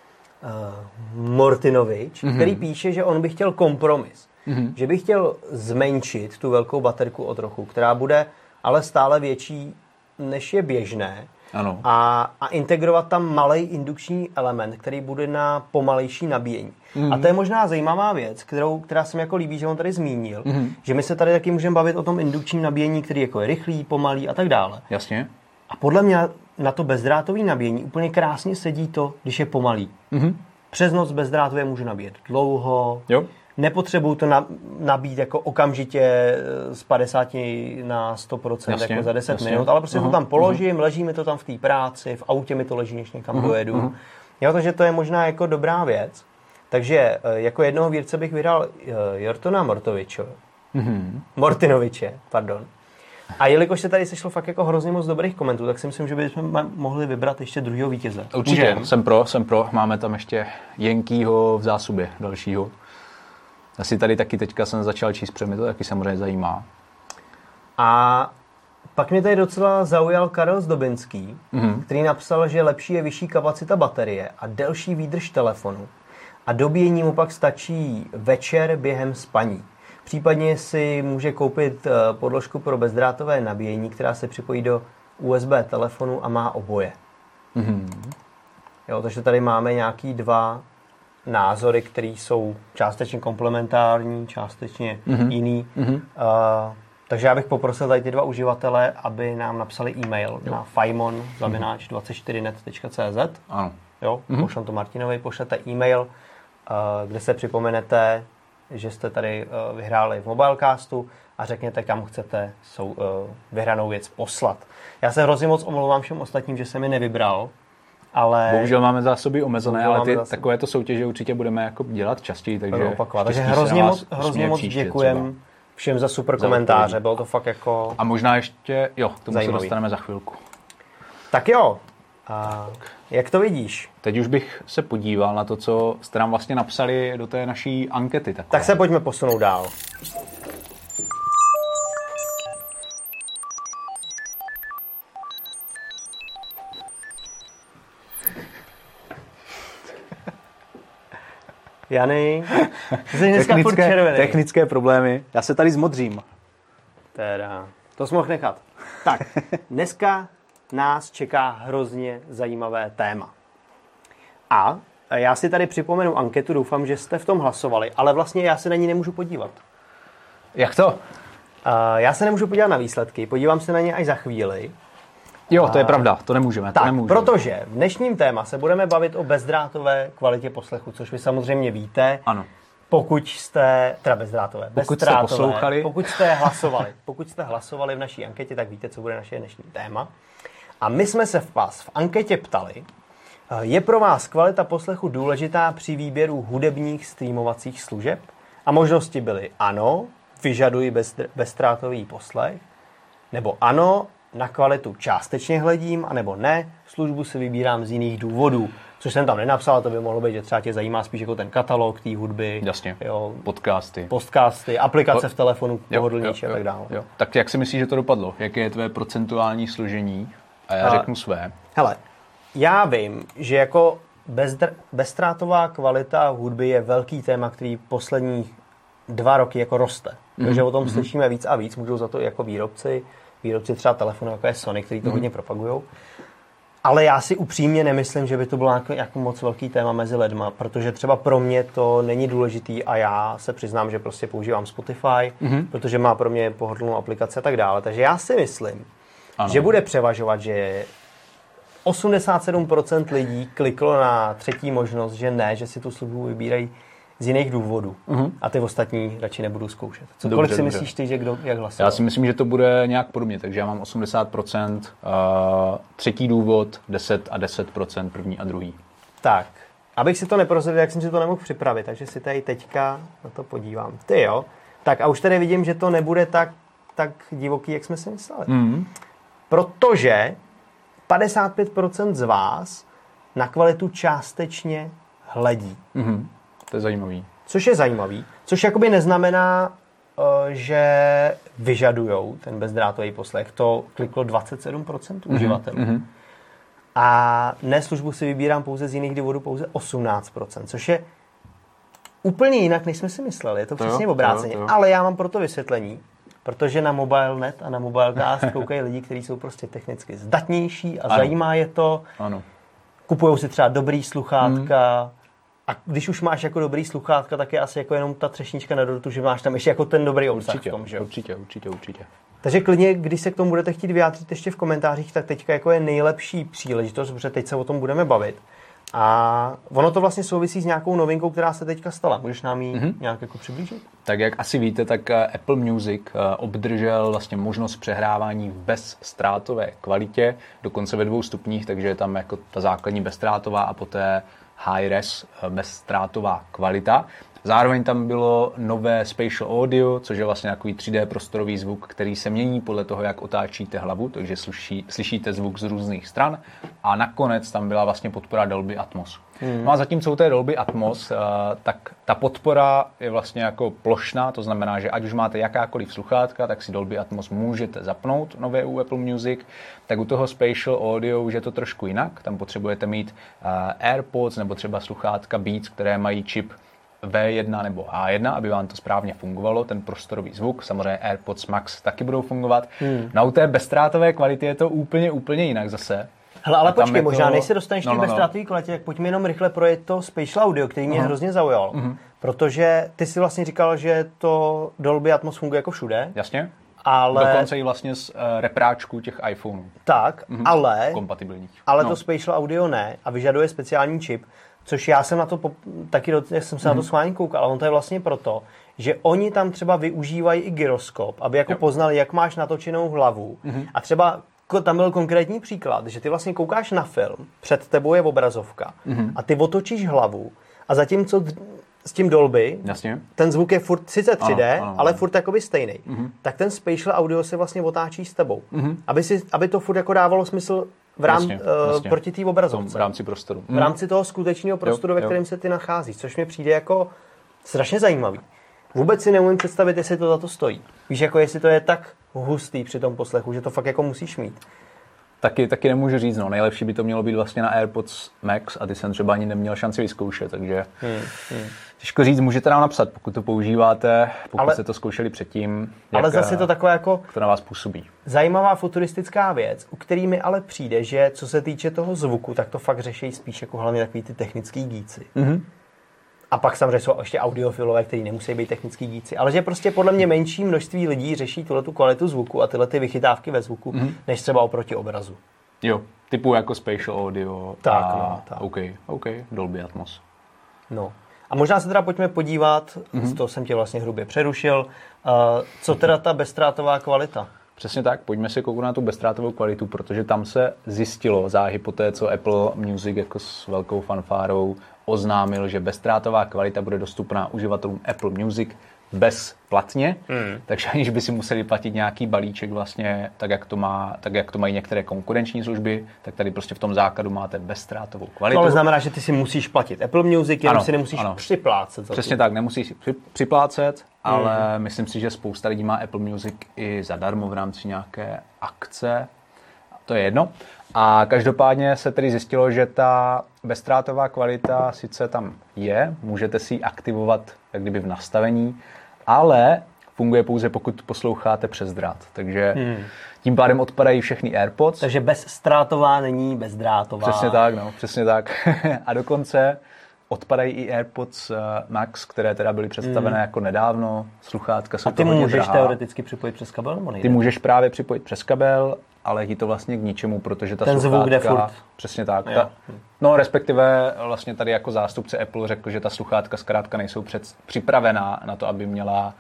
S1: Mortinovič, který píše, že on by chtěl kompromis. Že by chtěl zmenšit tu velkou baterku o trochu, která bude ale stále větší, než je běžné.
S2: Ano.
S1: A integrovat tam malej indukční element, který bude na pomalejší nabíjení. A to je možná zajímavá věc, která se mi jako líbí, že on tady zmínil, že my se tady taky můžeme bavit o tom indukčním nabíjení, který jako je rychlý, pomalý a tak dále.
S2: Jasně.
S1: A podle mě na to bezdrátové nabíjení úplně krásně sedí to, když je pomalý. Přes noc bezdrátově můžu nabíjet dlouho.
S2: Jo.
S1: Nepotřebuju to nabít jako okamžitě z 50 na 100%
S2: jasně,
S1: jako za 10 minut, ale prostě to tam položím, leží mi to tam v té práci, v autě mi to leží, než někam dojedu. Jo, takže to je možná jako dobrá věc. Takže jako jednoho výrce bych vydal Jortona Mortinoviče, pardon. A jelikož se tady sešlo fakt jako hrozně moc dobrých komentů, tak si myslím, že bychom mohli vybrat ještě druhého vítěze.
S2: Určitě, jsem pro. Máme tam ještě Jenkýho v zásobě dalšího. Asi tady taky teďka jsem začal číst, protože mě to taky samozřejmě zajímá.
S1: A pak mě tady docela zaujal Karel Zdobinský, který napsal, že lepší je vyšší kapacita baterie a delší výdrž telefonu. A dobíjení mu pak stačí večer během spaní. Případně si může koupit podložku pro bezdrátové nabíjení, která se připojí do USB telefonu a má oboje. Jo, takže tady máme nějaký 2 názory, které jsou částečně komplementární, částečně jiný. Takže já bych poprosil tady ty 2 uživatele, aby nám napsali e-mail na fajmon@24net.cz.
S2: Ano.
S1: Jo, pošlem to Martinovi, pošlete e-mail, kde se připomenete, že jste tady vyhráli v Mobilecastu a řekněte, kam chcete vyhranou věc poslat. Já se hrozně moc omlouvám všem ostatním, že jsem je nevybral, Ale
S2: bohužel máme zásoby omezené, ale takovéto soutěže určitě budeme jako dělat častěji, takže
S1: hrozně moc děkujeme všem za super komentáře, bylo to fakt jako
S2: a možná ještě, k tomu
S1: zajímavý.
S2: se dostaneme za chvilku.
S1: Tak jo, a jak to vidíš?
S2: Teď už bych se podíval na to, co jste nám vlastně napsali do té naší ankety. Takové.
S1: Tak se pojďme posunout dál. Jany, jsi dneska furt červený.
S2: Technické problémy. Já se tady zmodřím.
S1: Teda, to jsi mohl nechat. Tak, dneska nás čeká hrozně zajímavé téma. A já si tady připomenu anketu, doufám, že jste v tom hlasovali, ale vlastně já se na ní nemůžu podívat.
S2: Jak to?
S1: Já se nemůžu podívat na výsledky, podívám se na ně až za chvíli.
S2: Jo, to je pravda, to nemůžeme.
S1: Tak, protože v dnešním téma se budeme bavit o bezdrátové kvalitě poslechu, což vy samozřejmě víte.
S2: Ano.
S1: Pokud jste, teda bezdrátové,
S2: poslouchali.
S1: Pokud jste hlasovali v naší anketě, tak víte, co bude naše dnešní téma. A my jsme se vás v anketě ptali, je pro vás kvalita poslechu důležitá při výběru hudebních streamovacích služeb? A možnosti byly ano, vyžaduji bezdrátový poslech, nebo ano, na kvalitu částečně hledím, anebo ne, službu si vybírám z jiných důvodů. Což jsem tam nenapsal, to by mohlo být, že třeba tě zajímá spíš jako ten katalog té hudby.
S2: Jasně,
S1: jo,
S2: podcasty,
S1: aplikace v telefonu, pohodlnější a tak dále.
S2: Jo. Tak jak si myslíš, že to dopadlo? Jaké je tvé procentuální složení? A já řeknu své.
S1: Hele, já vím, že jako bezdrátová kvalita hudby je velký téma, který posledních 2 roky jako roste. Takže o tom slyšíme víc a víc, můžou za to i jako výrobci třeba telefonu, jako je Sony, který to hodně propagujou. Ale já si upřímně nemyslím, že by to bylo jako moc velký téma mezi lidma, protože třeba pro mě to není důležitý a já se přiznám, že prostě používám Spotify, protože má pro mě pohodlnou aplikaci a tak dále. Takže já si myslím, že bude převažovat, že 87% lidí kliklo na třetí možnost, že ne, že si tu službu vybírají z jiných důvodů. A ty ostatní radši nebudu zkoušet. Kolik si myslíš ty, že kdo jak hlasoval?
S2: Já si myslím, že to bude nějak podobně, takže já mám 80% třetí důvod, 10 a 10% první a druhý.
S1: Tak, abych si to neprozradil, jak jsem si to nemohl připravit, takže si tady teďka na to podívám. Ty jo. Tak a už tady vidím, že to nebude tak divoký, jak jsme si mysleli. Protože 55% z vás na kvalitu částečně hledí.
S2: To je zajímavý.
S1: Což je zajímavý. Což jakoby neznamená, že vyžadujou ten bezdrátový poslech. To kliklo 27% uživatelů. A ne, službu si vybírám pouze z jiných důvodů, pouze 18%, což je úplně jinak, než jsme si mysleli. Je to přesně obráceně. Ale já mám proto vysvětlení, protože na Mobile.net a na Mobilecast koukají lidi, kteří jsou prostě technicky zdatnější a zajímá je to.
S2: Ano.
S1: Kupujou si třeba dobrý sluchátka. A když už máš jako dobrý sluchátka, tak je asi jako jenom ta třešnička na dortu, že máš tam ještě jako ten dobrý obsah v tom, že?
S2: Určitě.
S1: Takže klidně, když se k tomu budete chtít vyjádřit ještě v komentářích, tak teďka jako je nejlepší příležitost, protože teď se o tom budeme bavit. A ono to vlastně souvisí s nějakou novinkou, která se teďka stala. Můžeš nám ji nějak jako přiblížit?
S2: Tak jak asi víte, tak Apple Music obdržel vlastně možnost přehrávání v bezztrátové kvalitě, dokonce ve 2 stupních, takže je tam jako ta základní bezztrátová a poté high-res bezztrátová kvalita. Zároveň tam bylo nové spatial audio, což je vlastně takový 3D prostorový zvuk, který se mění podle toho, jak otáčíte hlavu, takže slyšíte zvuk z různých stran. A nakonec tam byla vlastně podpora Dolby Atmos. No a zatímco u té Dolby Atmos, tak ta podpora je vlastně jako plošná, to znamená, že ať už máte jakákoliv sluchátka, tak si Dolby Atmos můžete zapnout nové u Apple Music. Tak u toho spatial audio už je to trošku jinak. Tam potřebujete mít AirPods nebo třeba sluchátka Beats, které mají čip V1 nebo A1, aby vám to správně fungovalo, ten prostorový zvuk. Samozřejmě AirPods Max taky budou fungovat. No u té bezztrátové kvality je to úplně jinak zase.
S1: Hele, ale počkej, možná než se dostaneš k té bezdrátové kvalitě, tak pojďme jenom rychle projet to spatial audio, který mě hrozně zaujal. Protože ty si vlastně říkal, že to Dolby Atmos funguje jako všude.
S2: Jasně.
S1: Ale...
S2: Dokonce i vlastně z repráčků těch iPhoneů.
S1: Tak, ale...
S2: Kompatibilních.
S1: Ale to spatial audio ne a vyžaduje speciální čip, což já jsem na to taky jsem se na to schválně koukal, ale on to je vlastně proto, že oni tam třeba využívají i gyroskop, aby jako poznali, jak máš natočenou hlavu. A třeba tam byl konkrétní příklad, že ty vlastně koukáš na film, před tebou je obrazovka a ty otočíš hlavu a zatímco s tím Dolby,
S2: jasně,
S1: ten zvuk je furt sice 3D,
S2: ano.
S1: ale furt jakoby stejný, tak ten spatial audio se vlastně otáčí s tebou, aby to furt jako dávalo smysl jasně. Proti té obrazovce.
S2: V rámci prostoru.
S1: V rámci toho skutečného prostoru, ve kterém se ty nacházíš, což mi přijde jako strašně zajímavý. Vůbec si neumím představit, jestli to za to stojí. Víš, jako jestli to je tak hustý při tom poslechu, že to fakt jako musíš mít.
S2: Taky nemůžu říct, no. Nejlepší by to mělo být vlastně na AirPods Max a ty jsem třeba ani neměl šanci vyzkoušet, takže těžko říct, můžete nám napsat, pokud to používáte, pokud jste to zkoušeli předtím.
S1: Ale zase to takové jako
S2: to na vás působí.
S1: Zajímavá futuristická věc, u který mi ale přijde, že co se týče toho zvuku, tak to fakt řeší spíš jako hlavně takový ty technický geeci. A pak samozřejmě jsou ještě audiofilové, kteří nemusí být technický geeci, ale že prostě podle mě menší množství lidí řeší tu kvalitu zvuku a tyhle ty vychytávky ve zvuku, než třeba oproti obrazu.
S2: Jo, typu jako spatial audio
S1: tak,
S2: tak. OK, Dolby Atmos.
S1: No. A možná se teda pojďme podívat, z toho jsem tě vlastně hrubě přerušil, co teda ta bezdrátová kvalita?
S2: Přesně tak, pojďme si kouknout na tu bezdrátovou kvalitu, protože tam se zjistilo záhy po té, co Apple Music jako s velkou fanfárou oznámil, že bezdrátová kvalita bude dostupná uživatelům Apple Music bezplatně, takže aniž by si museli platit nějaký balíček vlastně, tak jak to mají některé konkurenční služby, tak tady prostě v tom základu máte bezdrátovou kvalitu.
S1: To ale znamená, že ty si musíš platit Apple Music, jenom si nemusíš připlácet.
S2: Přesně tak, nemusíš si připlácet, ale myslím si, že spousta lidí má Apple Music i zadarmo v rámci nějaké akce. To je jedno. A každopádně se tedy zjistilo, že ta bezdrátová kvalita sice tam je, můžete si ji aktivovat jak kdyby v nastavení, ale funguje pouze pokud posloucháte přes drát. Takže tím pádem odpadají všechny AirPods.
S1: Takže bezztrátová není bezdrátová.
S2: Přesně tak. A dokonce odpadají i AirPods Max, které teda byly představené jako nedávno. Sluchátka jsou to hodně drahá.
S1: A ty můžeš teoreticky připojit přes kabel? Nebo nejde?
S2: Ty můžeš právě připojit přes kabel, ale je to vlastně k ničemu, protože ta
S1: ten
S2: sluchátka...
S1: zvuk jde furt.
S2: Přesně tak. No respektive vlastně tady jako zástupce Apple řekl, že ta sluchátka zkrátka nejsou připravená na to, aby měla...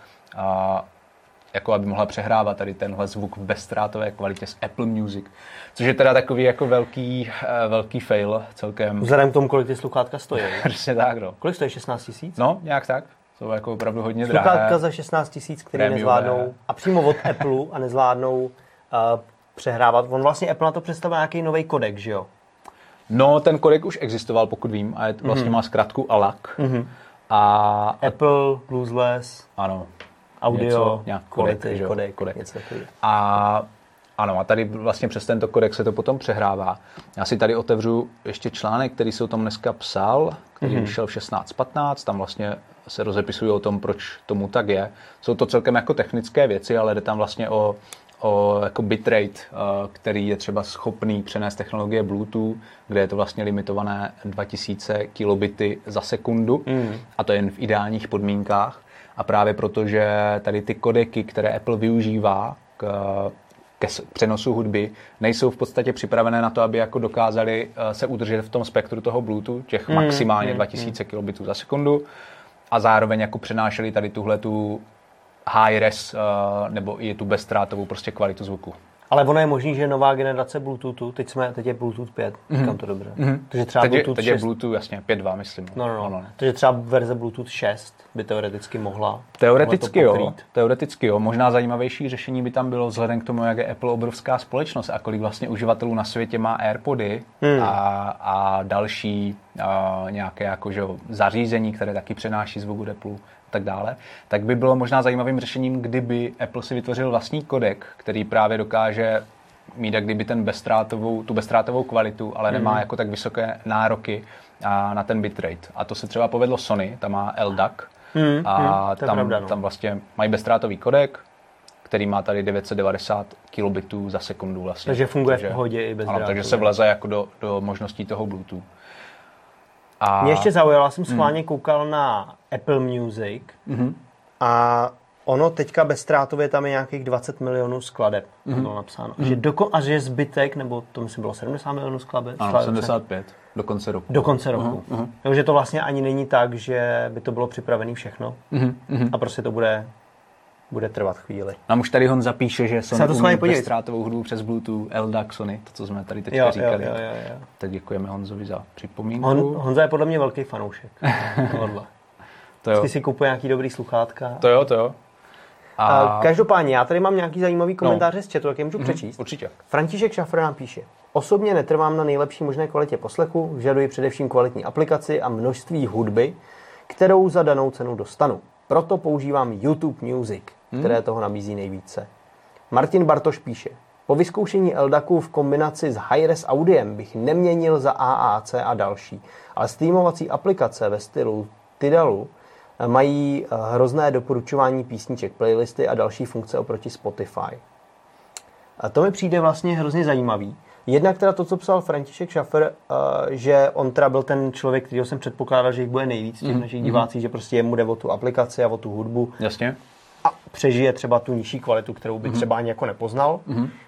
S2: jako aby mohla přehrávat tady tenhle zvuk v bezdrátové kvalitě z Apple Music. Což je teda takový jako velký fail celkem.
S1: Vzhledem k tomu, kolik ty sluchátka stojí.
S2: Přesně tak, no.
S1: Kolik stojí 16 000?
S2: No, nějak tak. To je jako opravdu hodně drahé.
S1: Sluchátka za 16 000, který nezvládnou a přímo od Apple a nezvládnou přehrávat. On vlastně Apple na to představil nějaký nový kodek, že jo?
S2: No, ten kodek už existoval, pokud vím, a vlastně má zkratku ALAC. A
S1: Apple, lossless.
S2: Ano.
S1: Audio,
S2: kodek. A ano, a tady vlastně přes tento kodek se to potom přehrává. Já si tady otevřu ještě článek, který se o tom dneska psal, který vyšel v 16:15, tam vlastně se rozepisují o tom, proč tomu tak je. Jsou to celkem jako technické věci, ale jde tam vlastně o jako bitrate, který je třeba schopný přenést technologie Bluetooth, kde je to vlastně limitované 2000 kilobity za sekundu a to jen v ideálních podmínkách. A právě protože tady ty kodeky, které Apple využívá ke přenosu hudby, nejsou v podstatě připravené na to, aby jako dokázali se udržet v tom spektru toho Bluetooth, těch maximálně 2000 kilobitů za sekundu a zároveň jako přenášeli tady tuhletu high res nebo i tu bezdrátovou prostě kvalitu zvuku.
S1: Ale ono je možný, že nová generace Bluetoothu, teď je Bluetooth 5, říkám to dobře. Takže třeba Bluetooth
S2: teď
S1: 6.
S2: je Bluetooth, jasně, 5.2, myslím.
S1: No. Takže třeba verze Bluetooth 6 by teoreticky mohla
S2: Teoreticky jo. Možná zajímavější řešení by tam bylo vzhledem k tomu, jak je Apple obrovská společnost a kolik vlastně uživatelů na světě má AirPody a další nějaké jakože zařízení, které taky přenáší zvuk od Apple tak dále, tak by bylo možná zajímavým řešením, kdyby Apple si vytvořil vlastní kodek, který právě dokáže mít jak kdyby tu bezdrátovou kvalitu, ale nemá jako tak vysoké nároky na ten bitrate. A to se třeba povedlo Sony, tam má LDAC a tam vlastně mají bezdrátový kodek, který má tady 990 kilobitů za sekundu vlastně.
S1: Takže funguje v pohodě i bezdrátově.
S2: Takže se vleze jako do možností toho Bluetooth.
S1: Mě ještě zaujalo, jsem schválně koukal na Apple Music a ono teďka bezdrátově tam je nějakých 20 milionů skladeb, bylo napsáno. A že zbytek, nebo to myslím bylo 70 milionů skladeb?
S2: Ano, 75, do konce roku.
S1: Do konce roku. Takže to vlastně ani není tak, že by to bylo připravené všechno a prostě to bude bude trvat chvíli.
S2: Nám už tady Honza píše, že Sony umí bezdrátovou hudbu přes Bluetooth, LDAC Sony, to, co jsme tady teďka říkali.
S1: Jo.
S2: Tak děkujeme Honzovi za připomínku.
S1: Honza je podle mě velký fanoušek.
S2: To jo.
S1: Si kupuje nějaký dobrý sluchátka.
S2: To jo.
S1: Každopádně, já tady mám nějaký zajímavý komentáře z chatu, jak je můžu přečíst.
S2: Určitě.
S1: František Šafr nám píše. Osobně netrvám na nejlepší možné kvalitě poslechu, vyžaduji především kvalitní aplikaci a množství hudby, kterou za danou cenu dostanu. Proto používám YouTube Music, které toho nabízí nejvíce. Martin Bartoš píše. Po vyzkoušení LDACu v kombinaci s Hi-Res Audiem bych neměnil za AAC a další, ale streamovací aplikace ve stylu Tidalu mají hrozné doporučování písniček, playlisty a další funkce oproti Spotify. A to mi přijde vlastně hrozně zajímavý. Jednak teda to, co psal František Šafr, že on teda byl ten člověk, kterýho jsem předpokládal, že jich bude nejvíc těch našich divácích, že prostě jemu jde o tu aplikaci a o tu hudbu.
S2: Jasně.
S1: A přežije třeba tu nižší kvalitu, kterou by třeba ani jako nepoznal.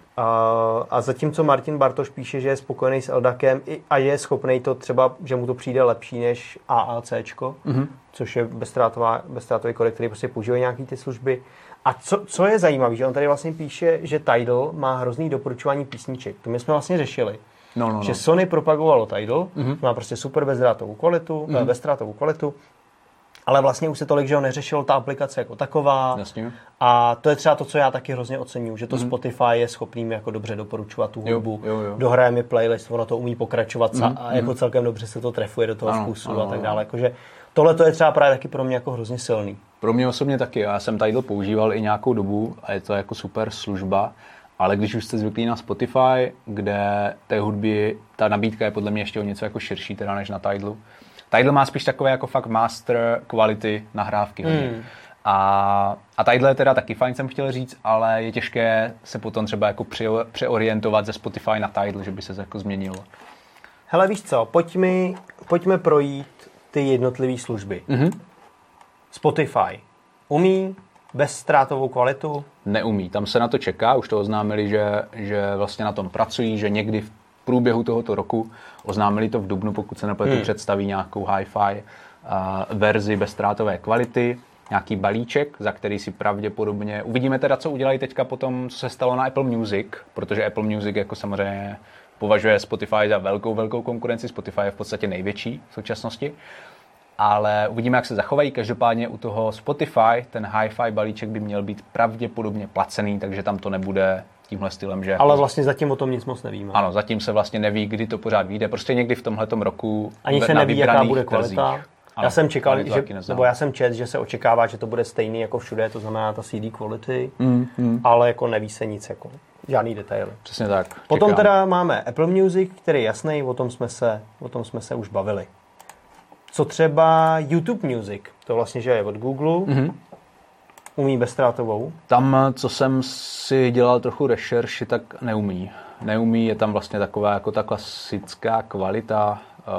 S1: A zatímco Martin Bartoš píše, že je spokojený s LDACem a je schopný to třeba, že mu to přijde lepší než AACčko, což je bezdrátový kodek, který prostě používají nějaký ty služby. A co je zajímavé, že on tady vlastně píše, že Tidal má hrozný doporučování písniček. To my jsme vlastně řešili. Že Sony propagovalo Tidal, má prostě super bezdrátovou kvalitu, ale vlastně už se tolik, že ho neřešilo ta aplikace jako taková.
S2: Jasně.
S1: A to je třeba to, co já taky hrozně oceňuju, že to Spotify je schopný mi jako dobře doporučovat tu hudbu.
S2: Jo.
S1: Dohraje mi playlist, ono to umí pokračovat a jako celkem dobře se to trefuje do toho vkusu a tak dále. Jakože tohle to je třeba právě taky pro mě jako hrozně silný.
S2: Pro mě osobně taky. Já jsem Tidal používal i nějakou dobu a je to jako super služba. Ale když už jste zvyklí na Spotify, kde té hudby, ta nabídka je podle mě ještě o něco jako širší teda než na Tidalu. Tidal má spíš takové jako fakt master quality nahrávky. A Tidal je teda taky fajn, jsem chtěl říct, ale je těžké se potom třeba jako přeorientovat ze Spotify na Tidal, že by se to jako změnilo.
S1: Hele, víš co, pojďme projít ty jednotlivé služby. Spotify umí bezztrátovou kvalitu?
S2: Neumí, tam se na to čeká, už to oznámili, že vlastně na tom pracují, že někdy v průběhu tohoto roku oznámili to v dubnu, pokud se nepletu, představí nějakou hi-fi verzi bezztrátové kvality, nějaký balíček, za který si pravděpodobně uvidíme teda, co udělají teďka potom, co se stalo na Apple Music, protože Apple Music jako samozřejmě považuje Spotify za velkou konkurenci, Spotify je v podstatě největší v současnosti. Ale uvidíme, jak se zachovají. Každopádně u toho Spotify ten hi-fi balíček by měl být pravděpodobně placený, takže tam to nebude tímhle stylem, že...
S1: Ale vlastně zatím o tom nic moc nevíme.
S2: Ano, zatím se vlastně neví, kdy to pořád vyjde. Prostě někdy v tomhletom roku
S1: ani se neví, jaká bude kvalita.
S2: Ano,
S1: já jsem čekal, já jsem četl, že se očekává, že to bude stejný jako všude, to znamená ta CD quality, ale jako neví se nic, jako žádný detaily.
S2: Přesně tak.
S1: Potom teda máme Apple Music, který je jasný, o tom jsme se už bavili. Co třeba YouTube Music, to vlastně, že je od Google, umí bezztrátovou?
S2: Tam, co jsem si dělal trochu rešerši, tak neumí. Neumí, je tam vlastně taková jako ta klasická kvalita.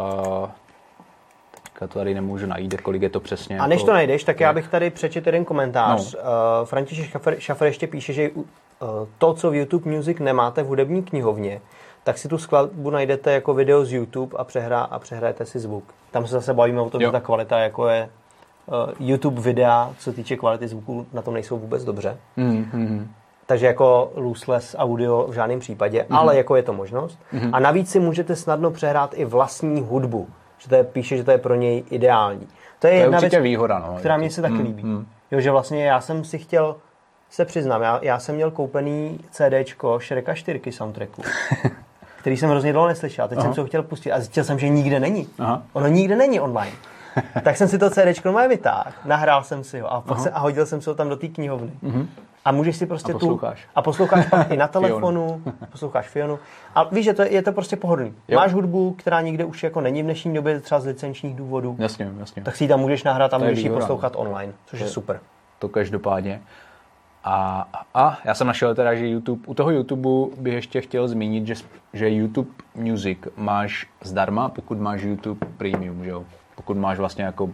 S2: Teďka to tady nemůžu najít, kolik je to přesně.
S1: A než to najdeš, tak já bych tady přečetl jeden komentář. František Šafr ještě píše, že to, co v YouTube Music nemáte v hudební knihovně, tak si tu skladbu najdete jako video z YouTube a přehrajete si zvuk. Tam se zase bavíme o tom, že ta kvalita jako je YouTube videa, co se týče kvality zvuku, na tom nejsou vůbec dobře. Takže jako lossless audio v žádném případě, ale jako je to možnost. A navíc si můžete snadno přehrát i vlastní hudbu. Že to je, píše, že to je pro něj ideální. To je jedna věc,
S2: výhoda,
S1: která mě se taky líbí. Jo, že vlastně já jsem si chtěl se přiznám, já jsem měl koupený CDčko Shreka 4 soundtracku, který jsem hrozně dlouho neslyšel. Teď jsem se ho chtěl pustit a zjistil jsem, že nikde není. Ono nikde není online. Tak jsem si to CDčko normálně vytáhl, nahrál jsem si ho a hodil jsem si ho tam do té knihovny. A můžeš si prostě posloucháš pak i na telefonu, posloucháš Fionu. A víš, že je to prostě pohodlný. Máš hudbu, která nikde už jako není v dnešní době, třeba z licenčních důvodů.
S2: Jasně.
S1: Tak si ji tam můžeš nahrát a můžeš ji poslouchat online, což je super.
S2: To každopádně. A já jsem našel teda, že u toho YouTube bych ještě chtěl zmínit, že YouTube Music máš zdarma, pokud máš YouTube Premium, že jo? Pokud máš vlastně jako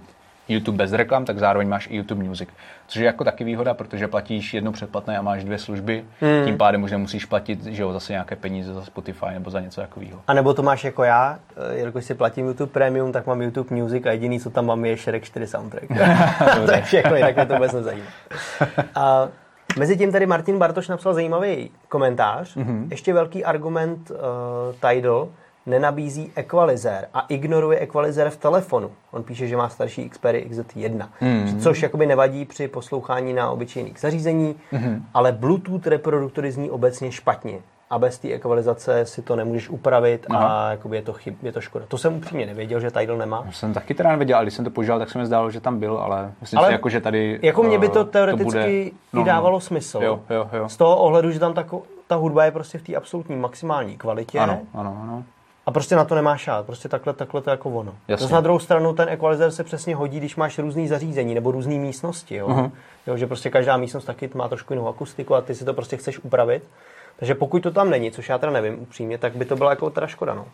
S2: YouTube bez reklam, tak zároveň máš i YouTube Music. Což je jako taky výhoda, protože platíš jedno předplatné a máš 2 služby. Tím pádem už nemusíš platit, že jo, zase nějaké peníze za Spotify nebo za něco takového.
S1: A nebo to máš jako já, jelikož si platím YouTube Premium, tak mám YouTube Music a jediný, co tam mám, je Shrek 4 soundtrack. To je všechno, jinak mě to vůbec nezajímá. A mezitím tady Martin Bartoš napsal zajímavý komentář. Ještě velký argument Tidal nenabízí equalizer a ignoruje equalizer v telefonu. On píše, že má starší Xperia XZ1, což jakoby nevadí při poslouchání na obyčejných zařízení, ale Bluetooth reproduktory zní obecně špatně. A bez té ekvalizace si to nemůžeš upravit a jakoby je to škoda. To jsem upřímně nevěděl, že Tidal nemá.
S2: Já jsem taky teda nevěděl, ale když jsem to používal, tak se mi zdálo, že tam byl, ale myslím si, jako, že tady
S1: jako mě by to teoreticky i dávalo smysl.
S2: Jo.
S1: Z toho ohledu, že tam ta hudba je prostě v té absolutní maximální kvalitě.
S2: Ano.
S1: A prostě na to nemáš šát, prostě takhle to jako ono. Jasně. Na druhou stranu ten equalizer se přesně hodí, když máš různý zařízení nebo různé místnosti, jo? Jo, že prostě každá místnost taky má trošku jinou akustiku a ty si to prostě chceš upravit. Takže pokud to tam není, což já teda nevím upřímně, tak by to byla jako teda škoda, no.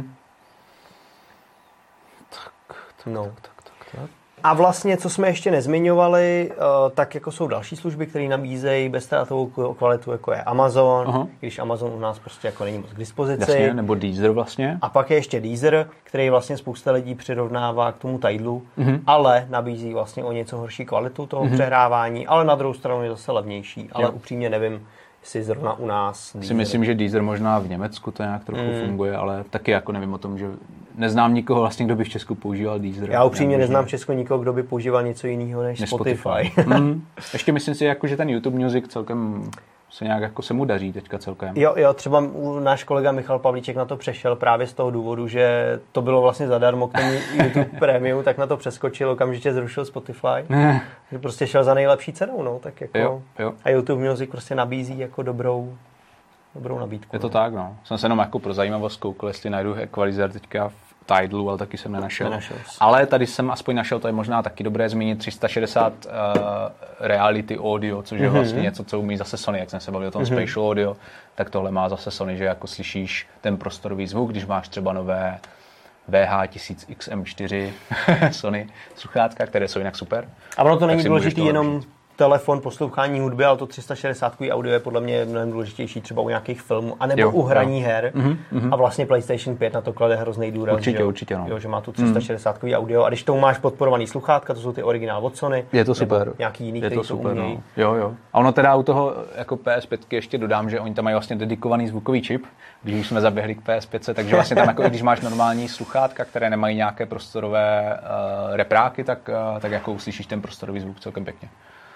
S1: Tak. A vlastně, co jsme ještě nezmiňovali, tak jako jsou další služby, které nabízejí bezztrátovou kvalitu, jako je Amazon, když Amazon u nás prostě jako není moc k dispozici.
S2: Jasně, nebo Deezer vlastně.
S1: A pak je ještě Deezer, který vlastně spousta lidí přirovnává k tomu Tidalu, ale nabízí vlastně o něco horší kvalitu toho přehrávání, ale na druhou stranu je zase levnější, ale upřímně nevím, jestli zrovna u nás Deezer.
S2: Si myslím, že Deezer možná v Německu to nějak trochu funguje, ale taky jako nevím o tom, že neznám nikoho vlastně, kdo by v Česku používal Deezer.
S1: Já upřímně neznám v Česku nikoho, kdo by používal něco jiného než Spotify.
S2: Ještě myslím si, jako, že ten YouTube Music celkem se nějak jako se mu daří teďka celkem.
S1: Jo, třeba náš kolega Michal Pavlíček na to přešel právě z toho důvodu, že to bylo vlastně zadarmo k tomu YouTube Premium, tak na to přeskočil, okamžitě zrušil Spotify. Že prostě šel za nejlepší cenou, no, tak jako.
S2: Jo.
S1: A YouTube Music prostě nabízí jako dobrou nabídku.
S2: Je to tak, no. Jsem se jenom jako pro zajímavost koukal, jestli najdu equalizer teďka v Tidalu, ale taky jsem nenašel. Ale tady jsem aspoň našel, to je možná taky dobré zmínit, 360 Reality Audio, což je vlastně něco, co umí zase Sony, jak jsem se bavil o tom Spatial Audio, tak tohle má zase Sony, že jako slyšíš ten prostorový zvuk, když máš třeba nové VH1000XM4 Sony sluchátka, které jsou jinak super.
S1: A ono to není důležitý jenom telefon, poslouchání hudby, ale to 360 audio je podle mě mnohem důležitější třeba u nějakých filmů, anebo u hraní her. A vlastně PlayStation 5 na to klade hrozný důraz.
S2: Určitě, no.
S1: Jo, že má tu 360 audio a když tomu máš podporovaný sluchátka, to jsou ty originál od Sony.
S2: Je to super.
S1: Nějaký jiný,
S2: je
S1: který
S2: to super,
S1: umějí.
S2: No. Jo. A ono teda u toho jako PS5 ještě dodám, že oni tam mají vlastně dedikovaný zvukový čip, když už jsme zaběhli k PS5, takže vlastně tam jako když máš normální sluchátka, které nemají nějaké prostorové repráky, tak jako uslyšíš ten prostorový zvuk celkem pěkně.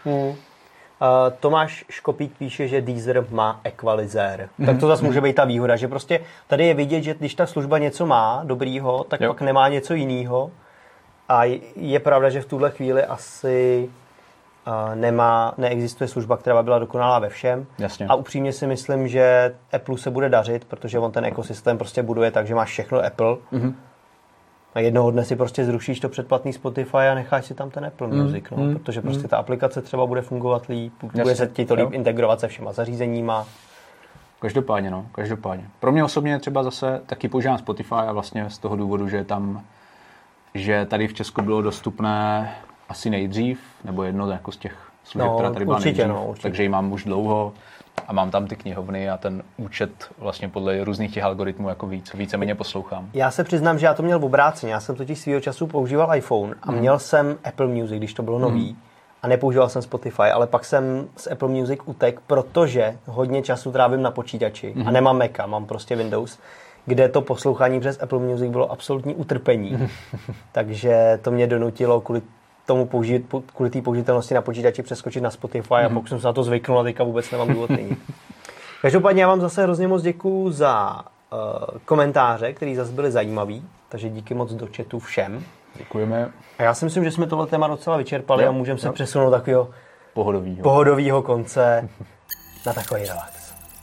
S1: Tomáš Škopík píše, že Deezer má equalizer. Tak to zase může být ta výhoda, že prostě tady je vidět, že když ta služba něco má dobrýho, tak pak nemá něco jiného. A je pravda, že v tuhle chvíli asi neexistuje služba, která by byla dokonalá ve všem.
S2: Jasně.
S1: A upřímně si myslím, že Apple se bude dařit, protože on ten ekosystém prostě buduje tak, že máš všechno Apple. A jednoho dne si prostě zrušíš to předplatný Spotify a necháš si tam ten Apple Music, protože prostě ta aplikace třeba bude fungovat líp, bude se ti to líp integrovat se všema zařízeníma.
S2: Každopádně. Pro mě osobně třeba zase taky používám Spotify a vlastně z toho důvodu, že tady v Česku bylo dostupné asi nejdřív, nebo jedno jako z těch služeb, která tady byla nejdřív, takže ji mám už dlouho a mám tam ty knihovny a ten účet vlastně podle různých těch algoritmů jako víceméně poslouchám.
S1: Já se přiznám, že já to měl v obráceně. Já jsem totiž svýho času používal iPhone a měl jsem Apple Music, když to bylo nový. A nepoužíval jsem Spotify, ale pak jsem z Apple Music utek, protože hodně času trávím na počítači a nemám Maca, mám prostě Windows, kde to poslouchání přes Apple Music bylo absolutní utrpení. Takže to mě donutilo kvůli té použitelnosti na počítači přeskočit na Spotify a pokud jsem se na to zvyknul a teďka vůbec nemám důvod měnit. Každopádně já vám zase hrozně moc děkuju za komentáře, které zase byly zajímavý, takže díky moc do chatu všem.
S2: Děkujeme.
S1: A já si myslím, že jsme tohle téma docela vyčerpali a můžeme se přesunout takového pohodovýho konce na takový relax.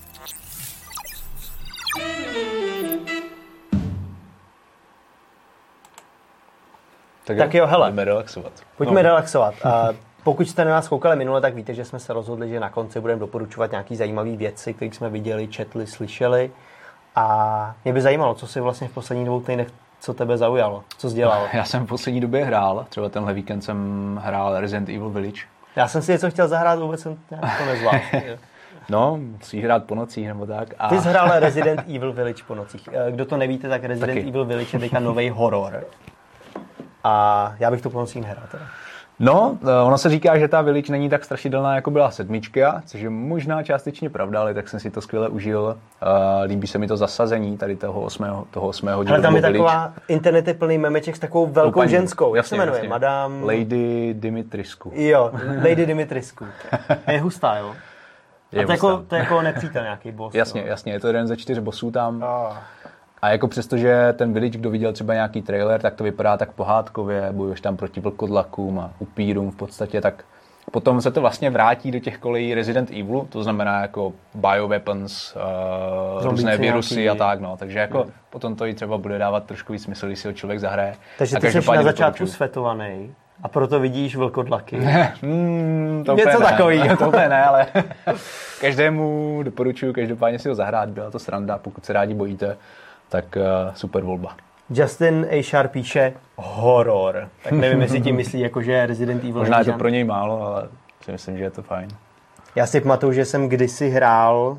S1: Tak jo, hele. Pojďme relaxovat. Pokud jste na nás koukali minule, tak víte, že jsme se rozhodli, že na konci budeme doporučovat nějaké zajímavé věci, které jsme viděli, četli, slyšeli. A mě by zajímalo, co si vlastně v posledních 2 týdnech Co tebe zaujalo? Co jsi dělal?
S2: Já jsem v poslední době hrál, třeba tenhle víkend jsem hrál Resident Evil Village.
S1: Já jsem si něco chtěl zahrát, vůbec jsem to nezvládl.
S2: No, musí hrát po nocích nebo tak. A...
S1: Ty jsi hrál Resident Evil Village po nocích. Kdo to nevíte, tak Resident
S2: Taky.
S1: Evil Village je teďka novej horor. A já bych to po nocích nehrál teda.
S2: No, ono se říká, že ta Village není tak strašidelná, jako byla 7, což je možná částečně pravda, ale tak jsem si to skvěle užil. Líbí se mi to zasazení tady toho 8. dílu.
S1: Ale tam je taková, internet je plný memeček s takovou velkou
S2: paní.
S1: ženskou. Jak
S2: Jasně,
S1: se jmenuje?
S2: jasně.
S1: Madame...
S2: Lady Dimitriscu.
S1: Jo, Lady Dimitriscu. Je hustá, jo?
S2: Je
S1: To je jako nepřítel nějaký boss.
S2: Jasně, je to jeden ze 4 bossů tam.
S1: Oh.
S2: A jako přestože ten Village, kdo viděl třeba nějaký trailer, tak to vypadá tak pohádkově, bojuješ tam proti vlkodlakům a upírům v podstatě, tak potom se to vlastně vrátí do těch kolejí Resident Evilu, to znamená jako bioweapons, různé virusy
S1: nějaký...
S2: a tak, no. Takže jako potom to i třeba bude dávat trošku víc smysl, když si ho člověk zahraje.
S1: Takže ty jsi na začátku svetovaný a proto vidíš vlkodlaky.
S2: Něco
S1: takového.
S2: To úplně ne, ale každému doporučuji, každopádně si ho zahrát, byla to sranda, pokud se rádi bojíte, tak super volba.
S1: Justin A. píše horor. Tak nevím, jestli tím myslí, jakože Resident Evil.
S2: Možná je to pro něj málo, ale si myslím, že je to fajn.
S1: Já si pamatuju, že jsem kdysi hrál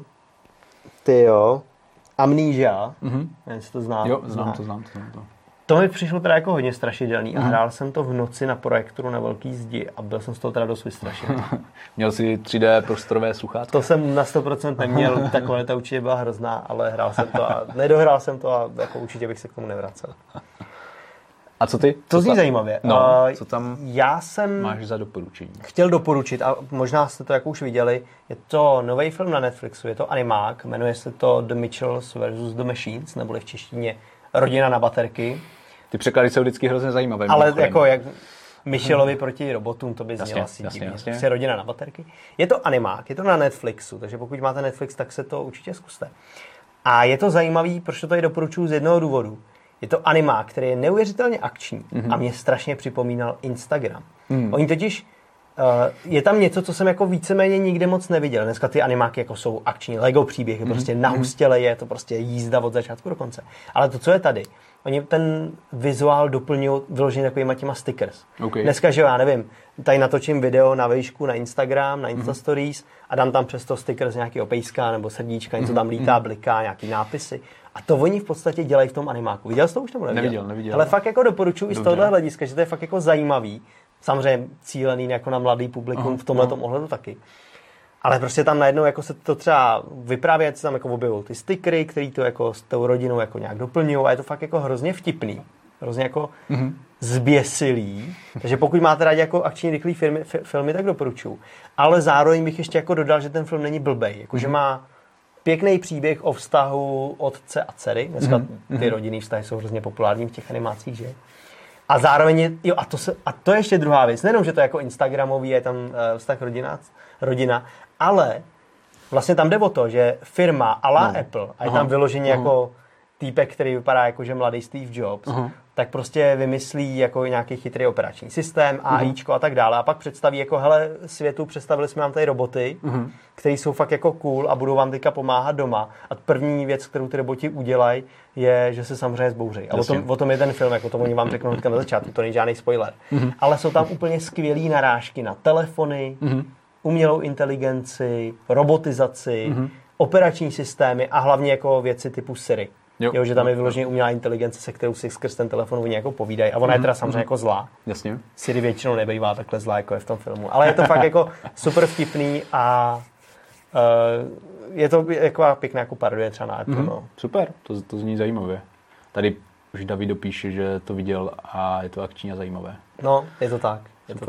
S1: Amnesia. Nevím, jestli to znám.
S2: Jo, znám to.
S1: To mi přišlo teda jako hodně strašidelný a hrál jsem to v noci na projektoru na velký zdi a byl jsem z toho teda dost vystrašený.
S2: Měl jsi 3D prostorové sluchátko?
S1: To jsem na 100% neměl, ta kvalita určitě byla hrozná, ale hrál jsem to a nedohrál jsem to a jako určitě bych se k tomu nevracel.
S2: A co ty?
S1: To zní zajímavě.
S2: No, co tam
S1: já jsem
S2: máš za doporučení?
S1: Chtěl doporučit, a možná jste to jako už viděli, je to nový film na Netflixu, je to animák, jmenuje se to The Mitchells vs. The Machines, neboli v češtině Rodina na baterky.
S2: Ty překlady jsou vždycky hrozně zajímavé.
S1: Ale jako jak Michelovi proti robotům, to by znělo asi divně. Prostě Rodina na baterky. Je to animák, je to na Netflixu, takže pokud máte Netflix, tak se to určitě zkuste. A je to zajímavý, proč to tady doporučuji z jednoho důvodu. Je to animák, který je neuvěřitelně akční a mě strašně připomínal Instagram. Oni totiž, je tam něco, co jsem jako víceméně nikde moc neviděl. Dneska ty animáky jako jsou akční, Lego příběh, je prostě nahustěle, je to prostě jízda od začátku do konce. Ale to, co je tady, oni ten vizuál doplňují vyloženě takovýma těma stickers.
S2: Okay.
S1: Dneska, že já nevím, tady natočím video na výšku, na Instagram, na Insta Stories a dám tam přes to sticker z nějakého pejska nebo srdíčka, něco tam lítá, bliká, nějaký nápisy. A to oni v podstatě dělají v tom animáku. Viděl jsi to už nebo neviděl?
S2: Neviděl.
S1: Ale fakt jako doporučuji i z tohohle hlediska, že to je fakt jako zajímavý. Samozřejmě cílený jako na mladý publikum v tomhletom ohledu taky. Ale prostě tam najednou jako se to třeba vypráví, se tam jako objevují ty stickery, který to jako s tou rodinou jako nějak doplňují a je to fakt jako hrozně vtipný. Hrozně jako zběsilý. Takže pokud máte rádi jako akční rychlý filmy, tak doporučuji. Ale zároveň bych ještě jako dodal, že ten film není blbej. Jakože má pěkný příběh o vztahu otce a dcery. Dneska ty rodinný vztahy jsou hrozně populární v těch animacích, že? A zároveň je, a to je ještě druhá věc. Nejenom, že to je jako instagramový, je tam vztah rodina, ale vlastně tam jde o to, že firma a la Apple, a je tam vyloženě jako týpek, který vypadá jako, že mladý Steve Jobs, tak prostě vymyslí jako nějaký chytrý operační systém, AIčko a tak dále. A pak představí jako, hele, světu, představili jsme vám tady roboty, které jsou fakt jako cool a budou vám teďka pomáhat doma. A první věc, kterou ty roboti udělají, je, že se samozřejmě zbouří. A o tom je ten film, jako to oni vám řeknou hnedka na začátku, to není žádný spoiler. Ale jsou tam úplně skvělý narážky na telefony, umělou inteligenci, robotizaci, operační systémy a hlavně jako věci typu Siri. Jo, že tam je vyloženě umělá inteligence, se kterou si skrz ten telefon oni jako povídají. A ona je teda samozřejmě jako zlá.
S2: Jasně.
S1: Siri většinou nebývá takhle zlá, jako je v tom filmu. Ale je to fakt jako super vtipný a je to jako pěkná jako parodie třeba na Apple. No.
S2: Super, to zní zajímavě. Tady už David dopíše, že to viděl a je to akční a zajímavé.
S1: No, je to tak.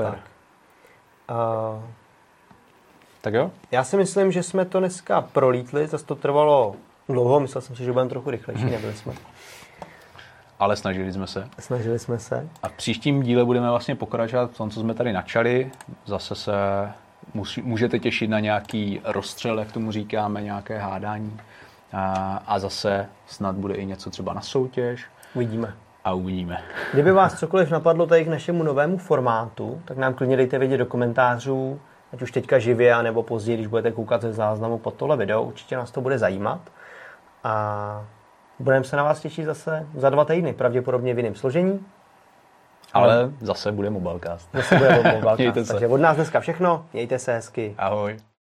S2: Tak jo?
S1: Já si myslím, že jsme to dneska prolítli, zase to trvalo dlouho, myslel jsem si, že budeme trochu rychlejší, nebyli jsme.
S2: Ale snažili jsme se. A v příštím díle budeme vlastně pokračovat v tom, co jsme tady načali. Zase se můžete těšit na nějaký rozstřel, jak tomu říkáme, nějaké hádání. A zase snad bude i něco třeba na soutěž. Uvidíme.
S1: Kdyby vás cokoliv napadlo tady k našemu novému formátu, tak nám klidně dejte vědět do komentářů, ať už teďka živě, anebo později, když budete koukat ze záznamu pod tohle video. Určitě nás to bude zajímat. A Budeme se na vás těšit zase za 2 týdny, pravděpodobně v jiném složení.
S2: Ale zase bude Mobilecast.
S1: Zase bude Mobilecast. Takže od nás dneska všechno, mějte se hezky.
S2: Ahoj.